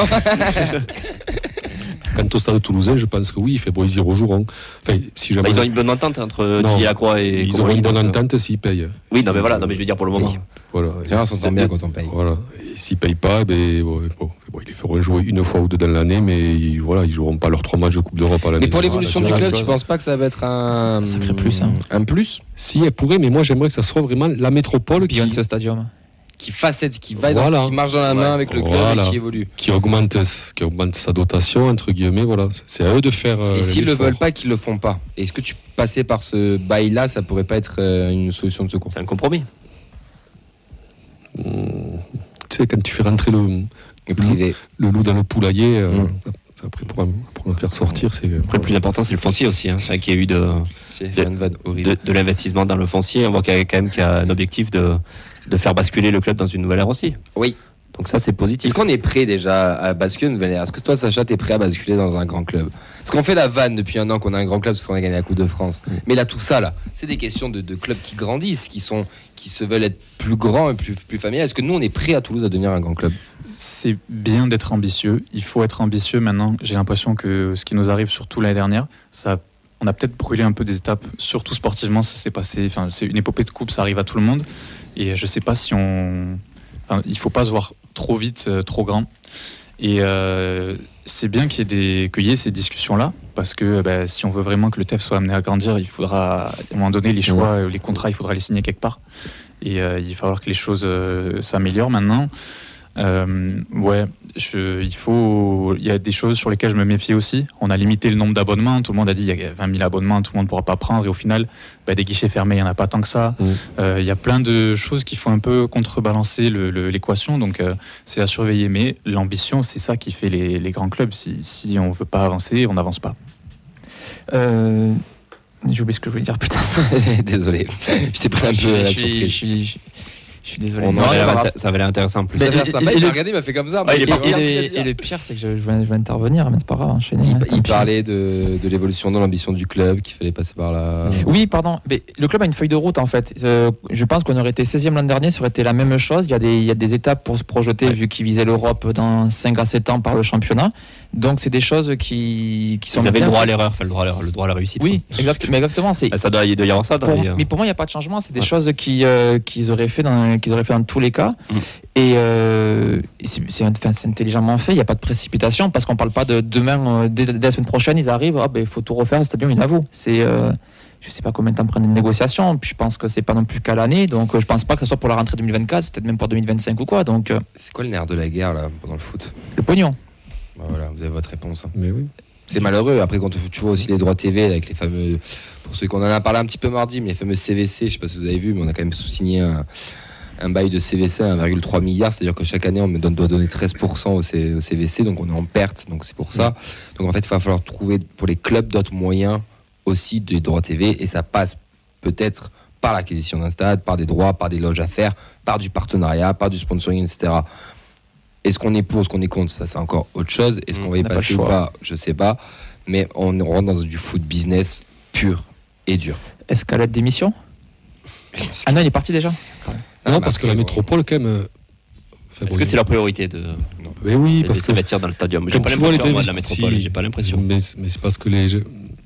Speaker 3: Quant au stade toulousain, je pense que oui, il fait bon, ils y rejoueront. Enfin, si jamais
Speaker 4: Bah, ils ont une bonne entente entre
Speaker 3: Non.
Speaker 4: Didier Lacroix et
Speaker 3: ils auront une
Speaker 4: Comolli,
Speaker 3: bonne
Speaker 4: donc, euh,
Speaker 3: entente s'ils payent.
Speaker 4: Oui, non, mais voilà, non, mais je veux dire pour le moment.
Speaker 3: Voilà.
Speaker 1: Tiens, on s'entend bien quand on paye.
Speaker 3: Voilà. Et s'ils payent pas, ben, bon, bon, bon, ils les feront jouer une fois ou deux dans l'année, mais ils, voilà, ils joueront pas leurs trois matchs de Coupe d'Europe à la
Speaker 1: Mais
Speaker 3: maison.
Speaker 1: pour l'évolution du
Speaker 3: Voilà.
Speaker 1: club, tu penses pas que ça va être un
Speaker 2: Un sacré plus, hein.
Speaker 1: Un plus
Speaker 3: Si, elle pourrait, mais moi j'aimerais que ça soit vraiment la métropole qui,
Speaker 2: Beyoncé au stadium.
Speaker 1: qui fasse cette- qui va
Speaker 3: Voilà.
Speaker 1: dans, qui marche dans la main
Speaker 4: Ouais.
Speaker 1: avec le club
Speaker 3: Voilà.
Speaker 1: et qui évolue.
Speaker 3: qui augmente, qui augmente sa dotation, entre guillemets. Voilà. C'est à eux de faire. euh,
Speaker 1: Et s'ils le
Speaker 3: l'effort.
Speaker 1: veulent pas, qu'ils le font pas. Est-ce que tu passais par ce bail-là, ça pourrait pas être euh, une solution de secours?
Speaker 4: C'est un compromis.
Speaker 3: Mmh. Tu sais, quand tu fais rentrer le,
Speaker 1: Le privé.
Speaker 3: le loup dans le poulailler, euh,
Speaker 1: Mm.
Speaker 3: après pour, pour le faire sortir, c'est.
Speaker 4: Après, le plus important, c'est le foncier aussi. Hein. C'est vrai qu'il y a eu de,
Speaker 1: J'ai fait une vanne horrible.
Speaker 4: de, de l'investissement dans le foncier. On voit qu'il y a quand même qu'il y a un objectif de, de faire basculer le club dans une nouvelle ère aussi.
Speaker 1: Oui.
Speaker 4: Donc ça, c'est positif.
Speaker 1: Est-ce qu'on est prêt déjà à basculer une nouvelle ère? Est-ce que toi, Sacha, t'es prêt à basculer dans un grand club? Parce qu'on fait la vanne depuis un an qu'on a un grand club parce qu'on a gagné la Coupe de France. Mais là, tout ça, là, c'est des questions de, de clubs qui grandissent, qui, sont, qui se veulent être plus grands et plus, plus familiers. Est-ce que nous, on est prêt à Toulouse à devenir un grand club?
Speaker 5: C'est bien d'être ambitieux. Il faut être ambitieux maintenant. J'ai l'impression que ce qui nous arrive, surtout l'année dernière, ça, on a peut-être brûlé un peu des étapes, surtout sportivement. Ça s'est passé. Enfin, c'est une épopée de coupe, ça arrive à tout le monde. Et je sais pas si on. Enfin, il faut pas se voir trop vite, euh, trop grand. Et euh, c'est bien qu'il y ait des, qu'il y ait ces discussions-là, parce que bah, si on veut vraiment que le T E F soit amené à grandir, il faudra à un moment donné les choix, euh, les contrats, il faudra les signer quelque part. Et euh, il va falloir que les choses euh, s'améliorent maintenant. Euh, ouais, je, il faut. Il y a des choses sur lesquelles je me méfie aussi. On a limité le nombre d'abonnements. Tout le monde a dit il y a vingt mille abonnements, tout le monde ne pourra pas prendre. Et au final, bah, des guichets fermés, il n'y en a pas tant que ça.
Speaker 3: Mmh.
Speaker 5: Euh, il y a plein de choses qui font un peu contrebalancer le, le, l'équation. Donc, euh, c'est à surveiller. Mais l'ambition, c'est ça qui fait les, les grands clubs. Si, si on ne veut pas avancer, on n'avance pas.
Speaker 2: Euh, J'ai oublié ce que je voulais dire, putain.
Speaker 1: Désolé. Je t'ai pris un
Speaker 2: Je
Speaker 1: peu à
Speaker 2: suis-
Speaker 1: la
Speaker 2: je suis-
Speaker 1: surprise.
Speaker 2: je suis- je suis désolé.
Speaker 1: On
Speaker 2: Non,
Speaker 1: en
Speaker 4: ça,
Speaker 2: c'est
Speaker 4: avait
Speaker 2: pas
Speaker 4: l'air
Speaker 2: grave.
Speaker 4: inté- ça avait l'air intéressant en plus.
Speaker 1: Ça a
Speaker 2: Mais-
Speaker 1: l'air
Speaker 2: et-
Speaker 1: sympa,
Speaker 2: et
Speaker 1: il m'a
Speaker 2: le-
Speaker 1: regardé, il m'a fait comme ça.
Speaker 4: Ah, il est
Speaker 2: Et,
Speaker 4: parti.
Speaker 2: et
Speaker 1: Moi,
Speaker 2: le,
Speaker 1: j'ai rien à
Speaker 2: et
Speaker 1: dire.
Speaker 2: le pire, c'est que je, je vais, je vais intervenir, mais c'est pas grave, enchaîner.
Speaker 1: Il,
Speaker 2: hein, tant
Speaker 1: il
Speaker 2: pis.
Speaker 1: parlait de, de l'évolution de l'ambition du club, qu'il fallait passer par là.
Speaker 2: Oui, pardon. Mais le club a une feuille de route en fait. Euh, je pense qu'on aurait été seizième l'an dernier, ça aurait été la même chose. Il y a des, il y a des étapes pour se projeter,
Speaker 4: Ouais.
Speaker 2: vu qu'ils visaient l'Europe dans cinq à sept ans par le championnat. Donc c'est des choses qui, qui sont
Speaker 4: Ils avaient
Speaker 2: bien
Speaker 4: le droit à
Speaker 2: faites.
Speaker 4: l'erreur, enfin le droit à l'erreur, le droit à la réussite.
Speaker 2: Oui, exact, mais exactement. C'est,
Speaker 4: quoi. Ça doit, il doit y avoir ça dans
Speaker 2: pour-
Speaker 4: les, euh,
Speaker 2: mais pour moi, il n'y a pas de changement. C'est des
Speaker 4: Ouais.
Speaker 2: choses qui, euh, qu'ils, auraient fait dans, qu'ils auraient fait dans tous les cas.
Speaker 4: Mm.
Speaker 2: Et, euh, et c'est, c'est, enfin, c'est intelligemment fait. Il n'y a pas de précipitation parce qu'on ne parle pas de demain, euh, dès, dès la semaine prochaine, ils arrivent. Il ben, faut tout refaire. Le stadium, il l'avoue. C'est, euh, je ne sais pas combien de temps prennent les négociations. Puis je pense que c'est pas non plus qu'à l'année. Donc euh, je ne pense pas que ce soit pour la rentrée deux mille vingt-quatre. C'est peut-être même pour deux mille vingt-cinq ou quoi. Donc euh,
Speaker 1: C'est quoi le nerf de la guerre là pendant le foot?
Speaker 2: le pognon.
Speaker 1: Bah, voilà, vous avez votre réponse. hein.
Speaker 3: Mais oui.
Speaker 1: C'est malheureux. Après, quand tu vois aussi les droits T V avec les fameux, pour ceux qu'on en a parlé un petit peu mardi, mais les fameux C V C, je sais pas si vous avez vu, mais on a quand même sous-signé un, un bail de C V C à un virgule trois milliard, c'est-à-dire que chaque année on me donne, doit donner treize pour cent au, C, au C V C, donc on est en perte, donc c'est pour ça. Donc en fait, il va falloir trouver pour les clubs d'autres moyens aussi des droits T V, et ça passe peut-être par l'acquisition d'un stade, par des droits, par des loges à faire, par du partenariat, par du sponsoring, et cetera. Est-ce qu'on est pour, est-ce qu'on est contre? Ça, c'est encore autre chose. Est-ce qu'on va y
Speaker 2: on n'a pas le
Speaker 1: passer ou
Speaker 2: choix.
Speaker 1: pas? Je sais pas. Mais on rentre dans du foot business pur et dur.
Speaker 2: Escalade d'émission. Ah non, il est parti déjà.
Speaker 1: Ah,
Speaker 3: non,
Speaker 1: mais
Speaker 3: parce que
Speaker 1: après,
Speaker 3: la
Speaker 1: bon.
Speaker 3: métropole, quand même. euh, enfin,
Speaker 4: Est-ce
Speaker 3: bon,
Speaker 4: que c'est leur priorité de,
Speaker 3: Mais oui,
Speaker 4: de
Speaker 3: parce que.
Speaker 4: s'investir dans le stadium? J'ai
Speaker 3: Quand
Speaker 4: pas
Speaker 3: tu vois les
Speaker 4: l'impression moi, de la
Speaker 3: investis-
Speaker 4: métropole. J'ai pas l'impression.
Speaker 3: Mais, mais c'est parce que les, je-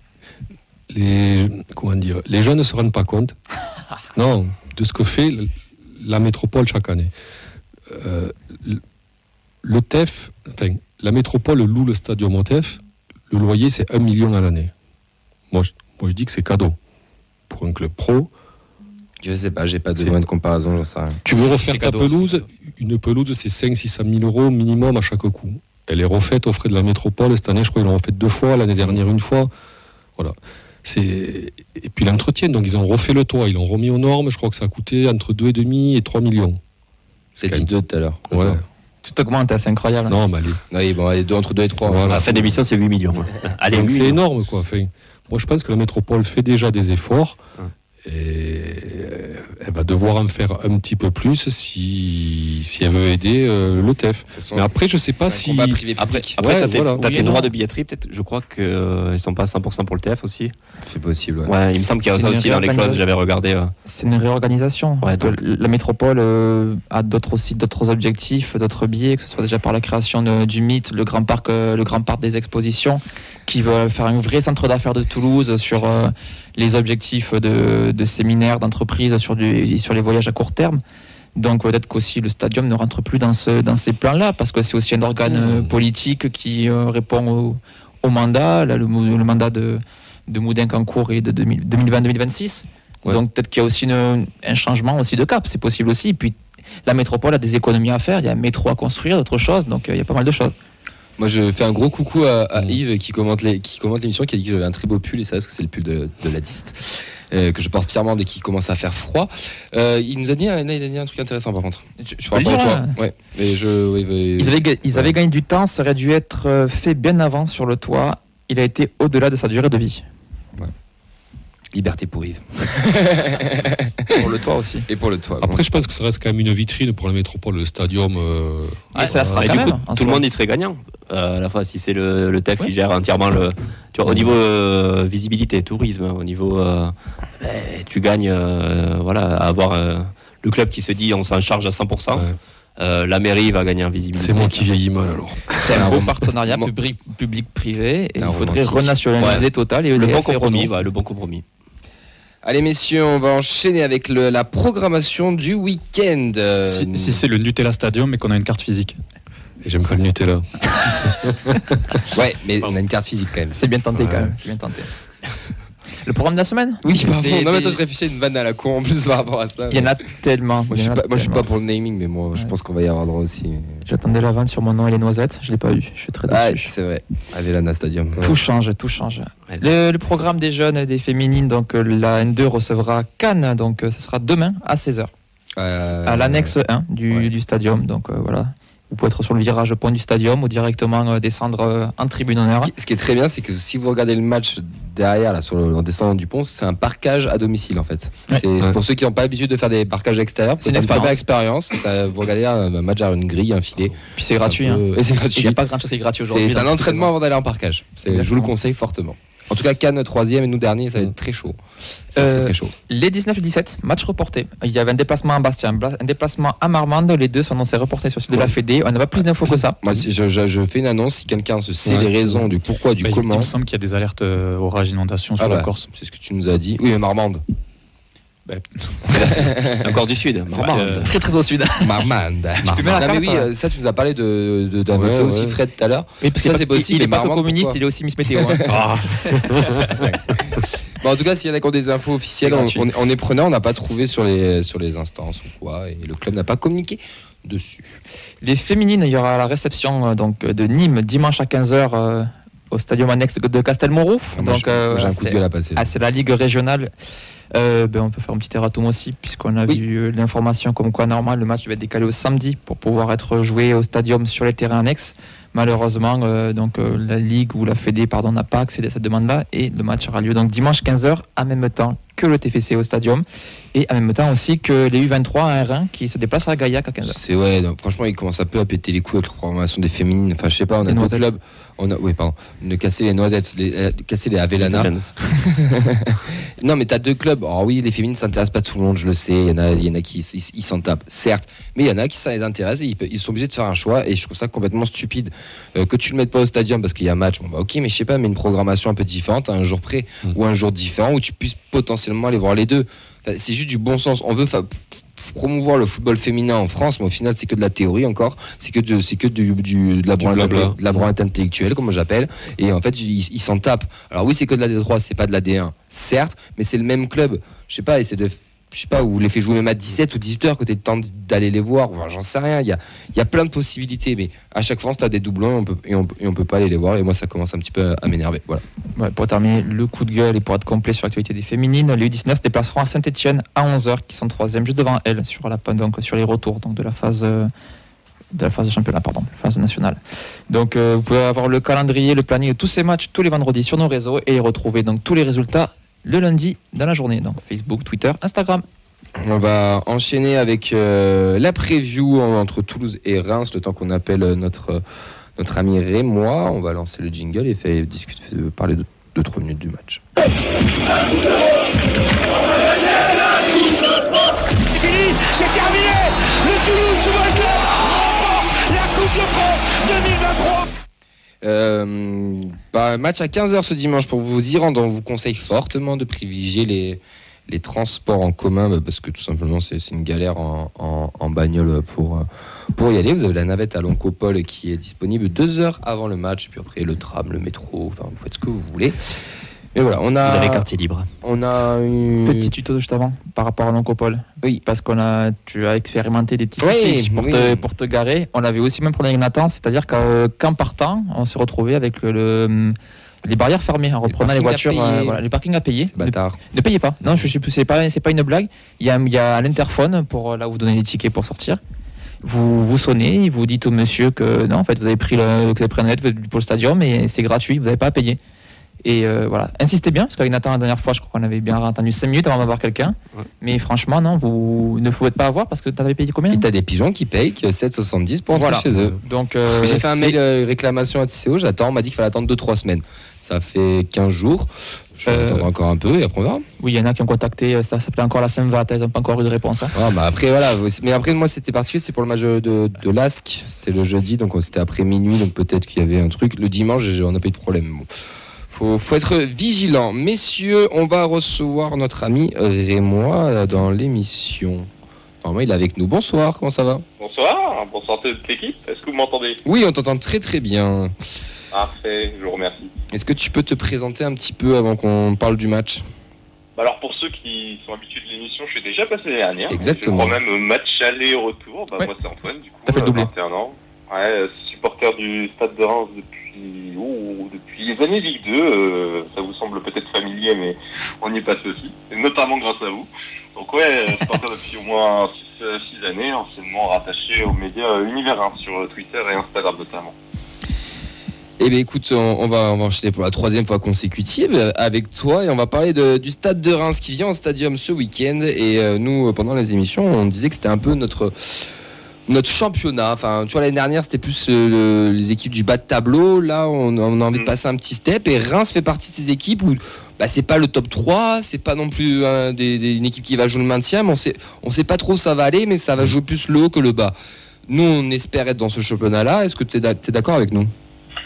Speaker 3: les, comment dire, les jeunes ne se rendent pas compte non, de ce que fait le- la métropole chaque année. Euh, le, le T E F, enfin, la métropole loue le stadium au T E F, le loyer c'est un million à l'année. Moi je, moi, je dis que c'est cadeau. Pour un club pro,
Speaker 1: Je sais pas, j'ai pas de
Speaker 3: C'est-
Speaker 1: moyen de comparaison, j'en sais rien.
Speaker 3: tu veux
Speaker 2: C'est
Speaker 3: refaire ta
Speaker 2: cadeau,
Speaker 3: pelouse, une pelouse c'est cinq cents à six cent mille euros minimum à chaque coup. elle est refaite aux frais de la métropole. Cette année, je crois qu'ils l'ont refaite deux fois, l'année dernière une fois. Voilà. C'est... Et puis l'entretien, donc ils ont refait le toit, ils l'ont remis aux normes, je crois que ça a coûté entre deux virgule cinq et trois millions.
Speaker 1: C'est dit deux tout à l'heure.
Speaker 3: Ouais.
Speaker 2: Tout augmente, c'est incroyable.
Speaker 3: Non, mais allez.
Speaker 1: Oui, bon, allez, deux, entre deux et trois.
Speaker 3: Voilà.
Speaker 4: À la fin d'émission, c'est huit millions. Allez,
Speaker 3: Donc
Speaker 4: huit
Speaker 3: c'est
Speaker 4: millions.
Speaker 3: énorme, quoi. Enfin, moi, je pense que la métropole fait déjà des efforts.
Speaker 4: Hum.
Speaker 3: Et elle va devoir en faire un petit peu plus si, si elle veut aider euh, le T E F. Mais après, je sais pas
Speaker 1: c'est
Speaker 3: si.
Speaker 1: un combat privé
Speaker 4: Après,
Speaker 1: public.
Speaker 4: après
Speaker 3: Ouais,
Speaker 4: t'as tes,
Speaker 3: voilà.
Speaker 4: t'as
Speaker 2: Oui
Speaker 4: tes
Speaker 2: et non.
Speaker 4: droits de billetterie, peut-être. Je crois qu'ils ne sont pas à cent pour cent pour le T F aussi.
Speaker 1: C'est possible. Ouais.
Speaker 4: Ouais, il me semble qu'il y a
Speaker 2: C'est
Speaker 4: ça
Speaker 2: une
Speaker 4: aussi dans les clauses,
Speaker 2: réorganisation.
Speaker 4: j'avais regardé. euh.
Speaker 2: C'est une réorganisation. parce
Speaker 4: donc.
Speaker 2: que la métropole euh, a d'autres aussi d'autres objectifs, d'autres biais, que ce soit déjà par la création de- du mythe, le grand parc, euh, le grand parc des expositions, qui veut faire un vrai centre d'affaires de Toulouse sur euh, les objectifs de, de séminaires, d'entreprises, sur, du, sur les voyages à court terme. Donc peut-être qu'aussi le stadium ne rentre plus dans, ce, dans ces plans-là, parce que c'est aussi un organe euh, politique qui euh, répond au, au mandat. Là, le, mou- le mandat de, de Moudin-Cancourt est de deux mille vingt deux mille vingt-six.
Speaker 3: Ouais.
Speaker 2: Donc peut-être qu'il y a aussi une- un changement aussi de cap, c'est possible aussi. Puis la métropole a des économies à faire, il y a un métro à construire, d'autres choses, donc euh, il y a pas mal de choses.
Speaker 1: Moi, je fais un gros coucou à, à
Speaker 3: Mm.
Speaker 1: Yves qui commente, les, qui commente l'émission, qui a dit que j'avais un très beau pull, et ça, parce que c'est le pull de, de la diste, euh, que je porte fièrement dès qu'il commence à faire froid. Euh, il nous a dit, un- il a dit un truc intéressant, par contre.
Speaker 2: Je, je
Speaker 1: Par
Speaker 2: peux le
Speaker 1: rapport
Speaker 2: dire,
Speaker 1: à toi.
Speaker 2: hein.
Speaker 1: Ouais. Mais je, oui, oui,
Speaker 2: Ils avaient, ga- ils avaient gagné du temps, ça aurait dû être euh, fait bien avant sur le toit. Il a été au-delà de sa durée de vie.
Speaker 1: Liberté pour Yves.
Speaker 2: Pour le toit aussi.
Speaker 1: Et pour le toit.
Speaker 3: Après, je pense que ça reste quand même une vitrine pour la métropole, le stadium. euh,
Speaker 2: Ouais, ça sera
Speaker 4: Et
Speaker 2: quand
Speaker 4: du
Speaker 2: même,
Speaker 4: coup,
Speaker 2: en
Speaker 4: tout le
Speaker 2: soi.
Speaker 4: monde y serait gagnant. Euh, à la fois, si c'est le, le T F
Speaker 2: Ouais.
Speaker 4: qui gère entièrement le. Tu vois, au niveau euh, visibilité, tourisme, au niveau. euh, ben, tu gagnes, euh, voilà, à avoir euh, le club qui se dit on s'en charge à cent pour cent.
Speaker 3: ouais.
Speaker 4: Euh, la mairie va gagner en visibilité.
Speaker 3: C'est moi qui vieillis mal alors.
Speaker 2: C'est un
Speaker 1: un
Speaker 2: beau
Speaker 1: roman-
Speaker 2: partenariat
Speaker 1: Moi-
Speaker 2: public- public-privé et
Speaker 1: Un
Speaker 2: il faudrait
Speaker 1: romantique.
Speaker 2: renationaliser
Speaker 4: Ouais.
Speaker 2: Total et
Speaker 4: Le
Speaker 2: E D F
Speaker 4: bon
Speaker 2: et
Speaker 4: compromis,
Speaker 2: Renault.
Speaker 4: voilà, le bon compromis.
Speaker 1: Allez, messieurs, on va enchaîner avec le- la programmation du week-end. Euh,
Speaker 5: Si, si c'est le Nutella Stadium et qu'on a une carte physique.
Speaker 3: Et j'aime pas le Nutella.
Speaker 1: Ouais, mais on a une carte physique quand même.
Speaker 2: C'est bien tenté
Speaker 3: Ouais.
Speaker 2: quand même, c'est bien tenté. Le programme de la semaine
Speaker 1: Oui, pardon.
Speaker 2: Des-
Speaker 1: non, mais
Speaker 2: des-
Speaker 1: attends, je réfléchis à une vanne à la con en plus par rapport à ça.
Speaker 2: Il y en a tellement.
Speaker 1: Moi, je
Speaker 2: il y
Speaker 1: suis
Speaker 2: en a
Speaker 1: pas, moi, je suis
Speaker 2: tellement.
Speaker 1: pas pour le naming, mais moi, je
Speaker 2: Ouais.
Speaker 1: pense qu'on va y avoir droit aussi.
Speaker 2: J'attendais la vanne sur mon nom et les noisettes, je l'ai pas eu. Je suis très
Speaker 1: Ah,
Speaker 2: déçu.
Speaker 1: c'est vrai. Avelana Stadium.
Speaker 2: Tout change, tout change.
Speaker 4: Ouais.
Speaker 2: Le, le programme des jeunes et des féminines, donc euh, la N deux recevra Cannes, donc euh, ce sera demain à seize heures,
Speaker 1: Euh,
Speaker 2: à l'annexe un du,
Speaker 1: ouais.
Speaker 2: du stadium. Donc euh, voilà, vous pouvez être sur le virage point du stadium ou directement euh, descendre euh, en tribune
Speaker 1: Ce
Speaker 2: honneur.
Speaker 1: qui, ce qui est très bien, c'est que si vous regardez le match derrière, là, sur le, en descendant du pont, c'est un parquage à domicile en fait.
Speaker 2: Ouais.
Speaker 1: C'est
Speaker 3: Ouais.
Speaker 1: pour ceux qui n'ont pas l'habitude de faire des parquages extérieurs.
Speaker 2: C'est une
Speaker 1: première expérience. C'est, euh, Vous regardez un, un match à une grille, un filet.
Speaker 2: Puis c'est gratuit.
Speaker 1: un
Speaker 2: hein.
Speaker 1: peu- Et c'est
Speaker 2: Il
Speaker 1: gratuit.
Speaker 2: n'y a pas grand chose qui est gratuit aujourd'hui.
Speaker 1: C'est c'est un
Speaker 2: dans toutes les
Speaker 1: entraînement
Speaker 2: zones.
Speaker 1: avant d'aller en parquage. C'est- je vous le
Speaker 2: Exactement.
Speaker 1: conseille fortement. En tout cas, Cannes troisième et nous dernier, ça va être très chaud. Ça va être
Speaker 2: Euh,
Speaker 1: très, très chaud.
Speaker 2: Les dix-neuf et dix-sept, match reporté. Il y avait un déplacement à Bastia, un bla- un déplacement à Marmande. Les deux sont annoncés reportés sur le site de la Fédé. On n'a pas plus d'infos que ça.
Speaker 1: Moi, si je, je- je fais une annonce. Si quelqu'un se sait
Speaker 3: Ouais.
Speaker 1: les raisons du pourquoi, du
Speaker 5: Bah, il-
Speaker 1: comment,
Speaker 5: Il me semble qu'il y a des alertes euh, orage inondation sur
Speaker 1: Ah
Speaker 5: la
Speaker 1: bah,
Speaker 5: Corse.
Speaker 1: c'est ce que tu nous as dit. Oui, mais Marmande.
Speaker 5: Bah,
Speaker 4: C'est encore du Sud. Marmande.
Speaker 5: euh,
Speaker 2: Très très au sud.
Speaker 1: Marmande.
Speaker 2: peux mettre la
Speaker 1: Non, mais
Speaker 2: carte,
Speaker 1: oui,
Speaker 2: hein.
Speaker 1: euh, ça, tu nous as parlé de, de, d'un
Speaker 3: Ouais,
Speaker 1: météo aussi,
Speaker 3: ouais.
Speaker 1: Fred, tout à l'heure.
Speaker 2: Oui, parce
Speaker 1: Ça,
Speaker 2: qu'il est
Speaker 1: c'est
Speaker 2: pas-
Speaker 1: possible,
Speaker 2: Il n'est
Speaker 1: mais
Speaker 2: pas que
Speaker 1: Marmande,
Speaker 2: communiste,
Speaker 1: pourquoi
Speaker 2: il est aussi Miss Météo. hein.
Speaker 1: Ah. Bon, en tout cas, s'il y en a qui ont des infos officielles,
Speaker 2: C'est
Speaker 1: on,
Speaker 2: gratuit.
Speaker 1: on est- on est preneur. On n'a pas trouvé sur les, sur les instances ou quoi. Et le club n'a pas communiqué dessus.
Speaker 2: Les féminines, il y aura la réception euh, donc, de Nîmes dimanche à quinze heures euh, au stadium annexe de Castelmourou.
Speaker 1: Ah, moi,
Speaker 2: Donc,
Speaker 1: je-
Speaker 2: euh,
Speaker 1: moi, j'ai un
Speaker 2: voilà,
Speaker 1: coup de
Speaker 2: c'est-
Speaker 1: gueule à passer.
Speaker 2: ah, c'est la Ligue régionale. Euh, ben, on peut faire un petit erratum aussi, puisqu'on a
Speaker 1: Oui.
Speaker 2: vu euh, l'information comme quoi, normal, le match va être décalé au samedi pour pouvoir être joué au stadium sur les terrains annexes. Malheureusement, euh, donc, euh, la Ligue ou la Fédé pardon, n'a pas accédé à cette demande-là et le match aura lieu donc dimanche quinze heures, en même temps que le T F C au stadium et en même temps aussi que les U vingt-trois à Rhin qui se déplacent à Gaillac à quinze heures.
Speaker 1: C'est ouais, non, franchement, il commence un peu à péter les couilles avec la programmation des féminines. Enfin, je sais pas, on a
Speaker 2: Les
Speaker 1: deux
Speaker 2: noisettes.
Speaker 1: clubs. On a, oui, pardon, de casser les noisettes, les, euh, casser les Avelana. Non, mais t'as deux clubs. Alors oui, les féminines, ça n'intéresse pas tout le monde, je le sais. Il y en a, il y en a qui ils, ils s'en tapent, certes. Mais il y en a qui ça les intéresse et ils, pe- ils sont obligés de faire un choix. Et je trouve ça complètement stupide euh, que tu le mettes pas au stadium parce qu'il y a un match. Bon, bah ok, mais je sais pas, mais une programmation un peu différente, à un jour près
Speaker 3: Mm.
Speaker 1: ou un jour différent où tu puisses potentiellement aller voir les deux. Enfin, c'est juste du bon sens. On veut fa- promouvoir le football féminin en France, mais au final, c'est que de la théorie encore. C'est que de, c'est que du, du- de la
Speaker 3: Du
Speaker 1: branlette
Speaker 3: blabla.
Speaker 1: de la branlette intellectuelle, comme j'appelle. Et en fait, ils ils s'en tapent. Alors oui, c'est que de la D trois, c'est pas de la D un, certes, mais c'est le même club. Je sais pas, essayer de je sais pas, ou les fait jouer même à dix-sept ou dix-huit heures, que tu aies le temps d'aller les voir, enfin, j'en sais rien, il y a, il y a plein de possibilités, mais à chaque fois, tu as des doublons et on peut, et, on, et on peut pas aller les voir, et moi, ça commence un petit peu à m'énerver. Voilà.
Speaker 2: Ouais, pour terminer, le coup de gueule et pour être complet sur l'actualité des féminines, les U dix-neuf se déplaceront à Saint-Etienne à onze heures, qui sont troisième, juste devant elles, sur, la, donc, sur les retours donc, de la phase. Euh, de la phase de championnat, pardon, la phase nationale. Donc euh, vous pouvez avoir le calendrier, le planning de tous ces matchs tous les vendredis sur nos réseaux et les retrouver donc tous les résultats le lundi dans la journée. Donc Facebook, Twitter, Instagram.
Speaker 1: On va enchaîner avec euh, la preview entre Toulouse et Reims, le temps qu'on appelle notre, notre ami Rémois. On va lancer le jingle et fait discuter, fait parler de deux trois minutes du match.
Speaker 7: C'est fini, c'est terminé. Le Toulouse Football Club remporte la Coupe de France deux mille vingt-trois.
Speaker 1: Euh, bah, match à quinze heures ce dimanche pour vous y rendre. On vous conseille fortement de privilégier les, les transports en commun bah, parce que tout simplement c'est, c'est une galère en, en, en bagnole pour, pour y aller. Vous avez la navette à l'Oncopole qui est disponible deux heures avant le match, et puis après le tram, le métro, enfin vous faites ce que vous voulez. Et voilà, on a,
Speaker 4: Vous avez quartier libre.
Speaker 1: On a une...
Speaker 2: Petit tuto juste avant par rapport à l'Oncopole.
Speaker 1: Oui.
Speaker 2: Parce qu'on a, tu as expérimenté des petits
Speaker 1: Oui,
Speaker 2: soucis pour,
Speaker 1: oui.
Speaker 2: te, pour te garer. On l'avait aussi même pour avec Nathan, c'est-à-dire qu'en, qu'en partant, on se retrouvait avec le, le, les barrières fermées en reprenant les,
Speaker 1: parkings
Speaker 2: voitures,
Speaker 1: à payer.
Speaker 2: euh, voilà, les parkings à payer.
Speaker 1: C'est bâtard.
Speaker 2: Ne, ne payez pas. Non, je, je, c'est pas, c'est pas une blague. Il y a, il y a l'interphone pour là où vous donnez les tickets pour sortir. Vous, vous sonnez, vous dites au monsieur que non, en fait, vous avez pris le, que vous avez pris un net pour le stadium et c'est gratuit, vous n'avez pas à payer. Et euh, voilà, insistez bien, parce qu'avec Nathan, la dernière fois, je crois qu'on avait bien attendu cinq minutes avant d'avoir quelqu'un. Ouais. Mais franchement, non, vous ne vous faites pas avoir parce que tu avais payé combien ?
Speaker 1: Et tu as des pigeons qui payent que sept virgule soixante-dix pour entrer voilà. chez eux.
Speaker 2: Donc, euh,
Speaker 1: j'ai fait un mail euh, réclamation à T C O, j'attends, on m'a dit qu'il fallait attendre deux trois semaines. Ça fait quinze jours, je vais euh, attendre encore un peu et après on verra.
Speaker 2: Oui, il y en a qui ont contacté, ça s'appelait encore la Saint-Vat, ils n'ont pas encore eu de réponse. Hein.
Speaker 1: Ah, bah après, voilà. Mais après, moi, c'était particulier, c'est pour le match de, de, de l'A S C, c'était le jeudi, donc c'était après minuit, donc peut-être qu'il y avait un truc. Le dimanche, on n'a pas eu de problème. Bon. Faut, faut être vigilant. Messieurs, on va recevoir notre ami Rémois dans l'émission. Normalement, il est avec nous. Bonsoir, comment ça va ?
Speaker 8: Bonsoir, bonsoir à toute l'équipe. Est-ce que vous m'entendez ?
Speaker 1: Oui, on t'entend très très bien.
Speaker 8: Parfait, je vous remercie.
Speaker 1: Est-ce que tu peux te présenter un petit peu avant qu'on parle du match ?
Speaker 8: Bah alors pour ceux qui sont habitués de l'émission, je suis déjà passé l'année dernière.
Speaker 1: Exactement.
Speaker 8: Je crois même match aller-retour. Bah, ouais. Moi c'est Antoine, du coup,
Speaker 2: T'as fait le doublé.
Speaker 8: vingt et un ans. Ouais, supporter du Stade de Reims depuis, oh, depuis les années Ligue deux. Euh, ça vous semble peut-être familier, mais on y passe aussi. Et notamment grâce à vous. Donc ouais, supporter depuis au moins six années, anciennement rattaché aux médias Univers Reims sur Twitter et Instagram notamment.
Speaker 1: Eh bien écoute, on, on, va, on va enchaîner pour la troisième fois consécutive avec toi et on va parler de, du Stade de Reims qui vient au Stadium ce week-end. Et euh, nous, pendant les émissions, on disait que c'était un peu notre... notre championnat. Enfin, tu vois, l'année dernière, c'était plus euh, le, les équipes du bas de tableau. Là, on, on a envie de passer un petit step. Et Reims fait partie de ces équipes où bah, c'est pas le top trois, c'est pas non plus euh, des, des, une équipe qui va jouer le maintien, mais on sait, on sait pas trop où ça va aller, mais ça va jouer plus le haut que le bas. Nous, on espère être dans ce championnat-là. Est-ce que tu es d'accord avec nous ?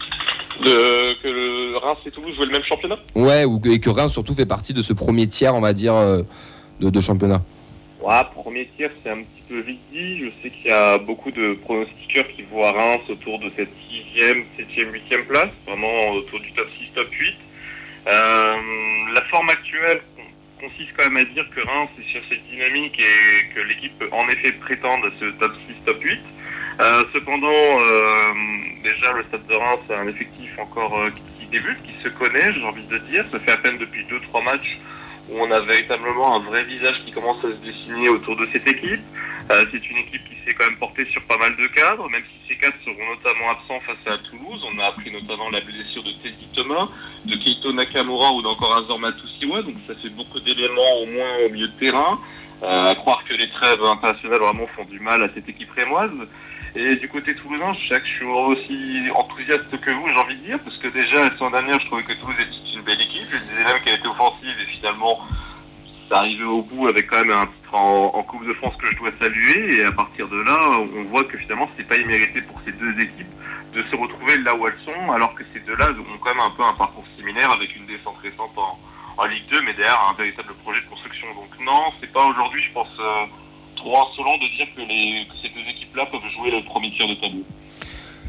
Speaker 8: De, que le Reims et Toulouse jouent le même championnat ?
Speaker 1: Ouais, ou, et que Reims surtout fait partie de ce premier tiers, on va dire, euh, de, de championnat.
Speaker 8: Ouais, premier tiers, c'est un petit peu vite dit. Je sais qu'il y a beaucoup de pronostiqueurs qui voient Reims autour de cette sixième, septième, huitième place, vraiment autour du top six, top huit. Euh, la forme actuelle consiste quand même à dire que Reims est sur cette dynamique et que l'équipe peut en effet prétendre à ce top six, top huit. Euh, cependant, euh, déjà le Stade de Reims a un effectif encore euh, qui débute, qui se connaît, j'ai envie de dire. Ça fait à peine depuis deux trois matchs où on a véritablement un vrai visage qui commence à se dessiner autour de cette équipe. Euh, c'est une équipe qui s'est quand même portée sur pas mal de cadres, même si ces cadres seront notamment absents face à Toulouse. On a appris notamment la blessure de Teddy Thomas, de Keito Nakamura ou d'encore Azor Matusiwa, donc ça fait beaucoup d'éléments au moins au milieu de terrain. Euh, à croire que les trêves internationales vraiment font du mal à cette équipe rémoise. Et du côté toulousain, je sais que je suis aussi enthousiaste que vous, j'ai envie de dire, parce que déjà, la semaine dernière, je trouvais que Toulouse était une belle équipe. Je disais même qu'elle était offensive, et finalement, ça arrivait au bout avec quand même un titre en, en Coupe de France que je dois saluer. Et à partir de là, on voit que finalement, c'est pas immérité pour ces deux équipes de se retrouver là où elles sont, alors que ces deux-là ont quand même un peu un parcours similaire avec une descente récente en, en Ligue deux, mais derrière un véritable projet de construction. Donc non, c'est pas aujourd'hui, je pense... Euh, trop insolent de dire que, les, que ces deux équipes-là peuvent jouer le premier tiers de tableau.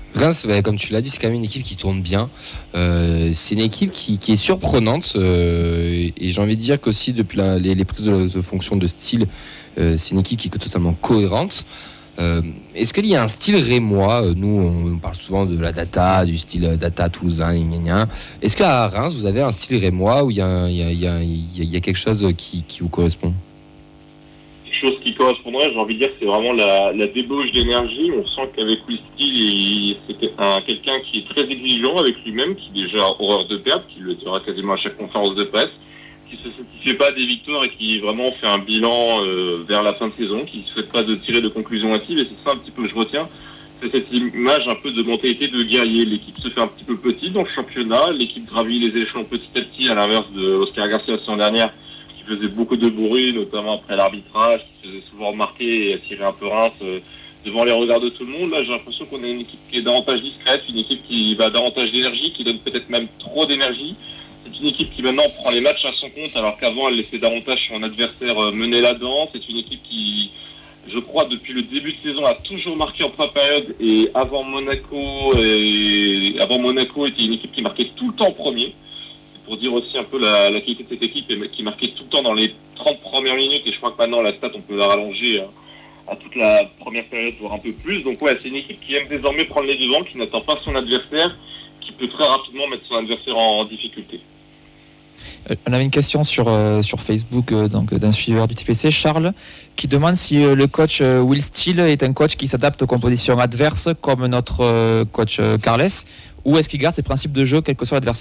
Speaker 1: Reims, bah, comme tu l'as dit, c'est quand même une équipe qui tourne bien. Euh, c'est une équipe qui, qui est surprenante. Euh, et j'ai envie de dire qu'aussi, depuis la, les, les prises de, de fonction de style, euh, c'est une équipe qui est totalement cohérente. Euh, est-ce qu'il y a un style rémois ? Nous, on parle souvent de la data, du style data toulousain, gna gna gna. Est-ce qu'à Reims, vous avez un style rémois où il y a, il y a, il y a, il y a quelque chose qui, qui vous correspond ?
Speaker 8: Chose qui correspondrait, j'ai envie de dire, c'est vraiment la, la débauche d'énergie. On sent qu'avec Will Steele, c'était un, quelqu'un qui est très exigeant avec lui-même, qui déjà a horreur de perdre, qui le dira quasiment à chaque conférence de presse, qui ne se satisfait pas des victoires et qui vraiment fait un bilan euh, vers la fin de saison, qui ne souhaite pas de tirer de conclusions hâtives. Et c'est ça un petit peu que je retiens, c'est cette image un peu de mentalité de guerrier. L'équipe se fait un petit peu petite dans le championnat, l'équipe gravit les échelons petit à petit, à l'inverse de Oscar Garcia la saison dernière, qui faisait beaucoup de bruit, notamment après l'arbitrage, qui se faisait souvent remarquer et attirer un peu Reims euh, devant les regards de tout le monde. Là, j'ai l'impression qu'on a une équipe qui est davantage discrète, une équipe qui va davantage d'énergie, qui donne peut-être même trop d'énergie. C'est une équipe qui maintenant prend les matchs à son compte, alors qu'avant, elle laissait davantage son adversaire euh, mener la danse. C'est une équipe qui, je crois, depuis le début de saison, a toujours marqué en première période, et avant Monaco, et avant Monaco, était une équipe qui marquait tout le temps en premier. Pour dire aussi un peu la, la qualité de cette équipe qui marquait tout le temps dans les trente premières minutes, et je crois que maintenant la stat on peut la rallonger à, à toute la première période, voire un peu plus. Donc ouais, c'est une équipe qui aime désormais prendre les devants, qui n'attend pas son adversaire, qui peut très rapidement mettre son adversaire en, en difficulté.
Speaker 2: Euh, on avait une question sur, euh, sur Facebook euh, donc, d'un suiveur du T F C, Charles, qui demande si euh, le coach euh, Will Steele est un coach qui s'adapte aux compositions adverses comme notre euh, coach euh, Carles, ou est-ce qu'il garde ses principes de jeu quel que soit l'adversaire ?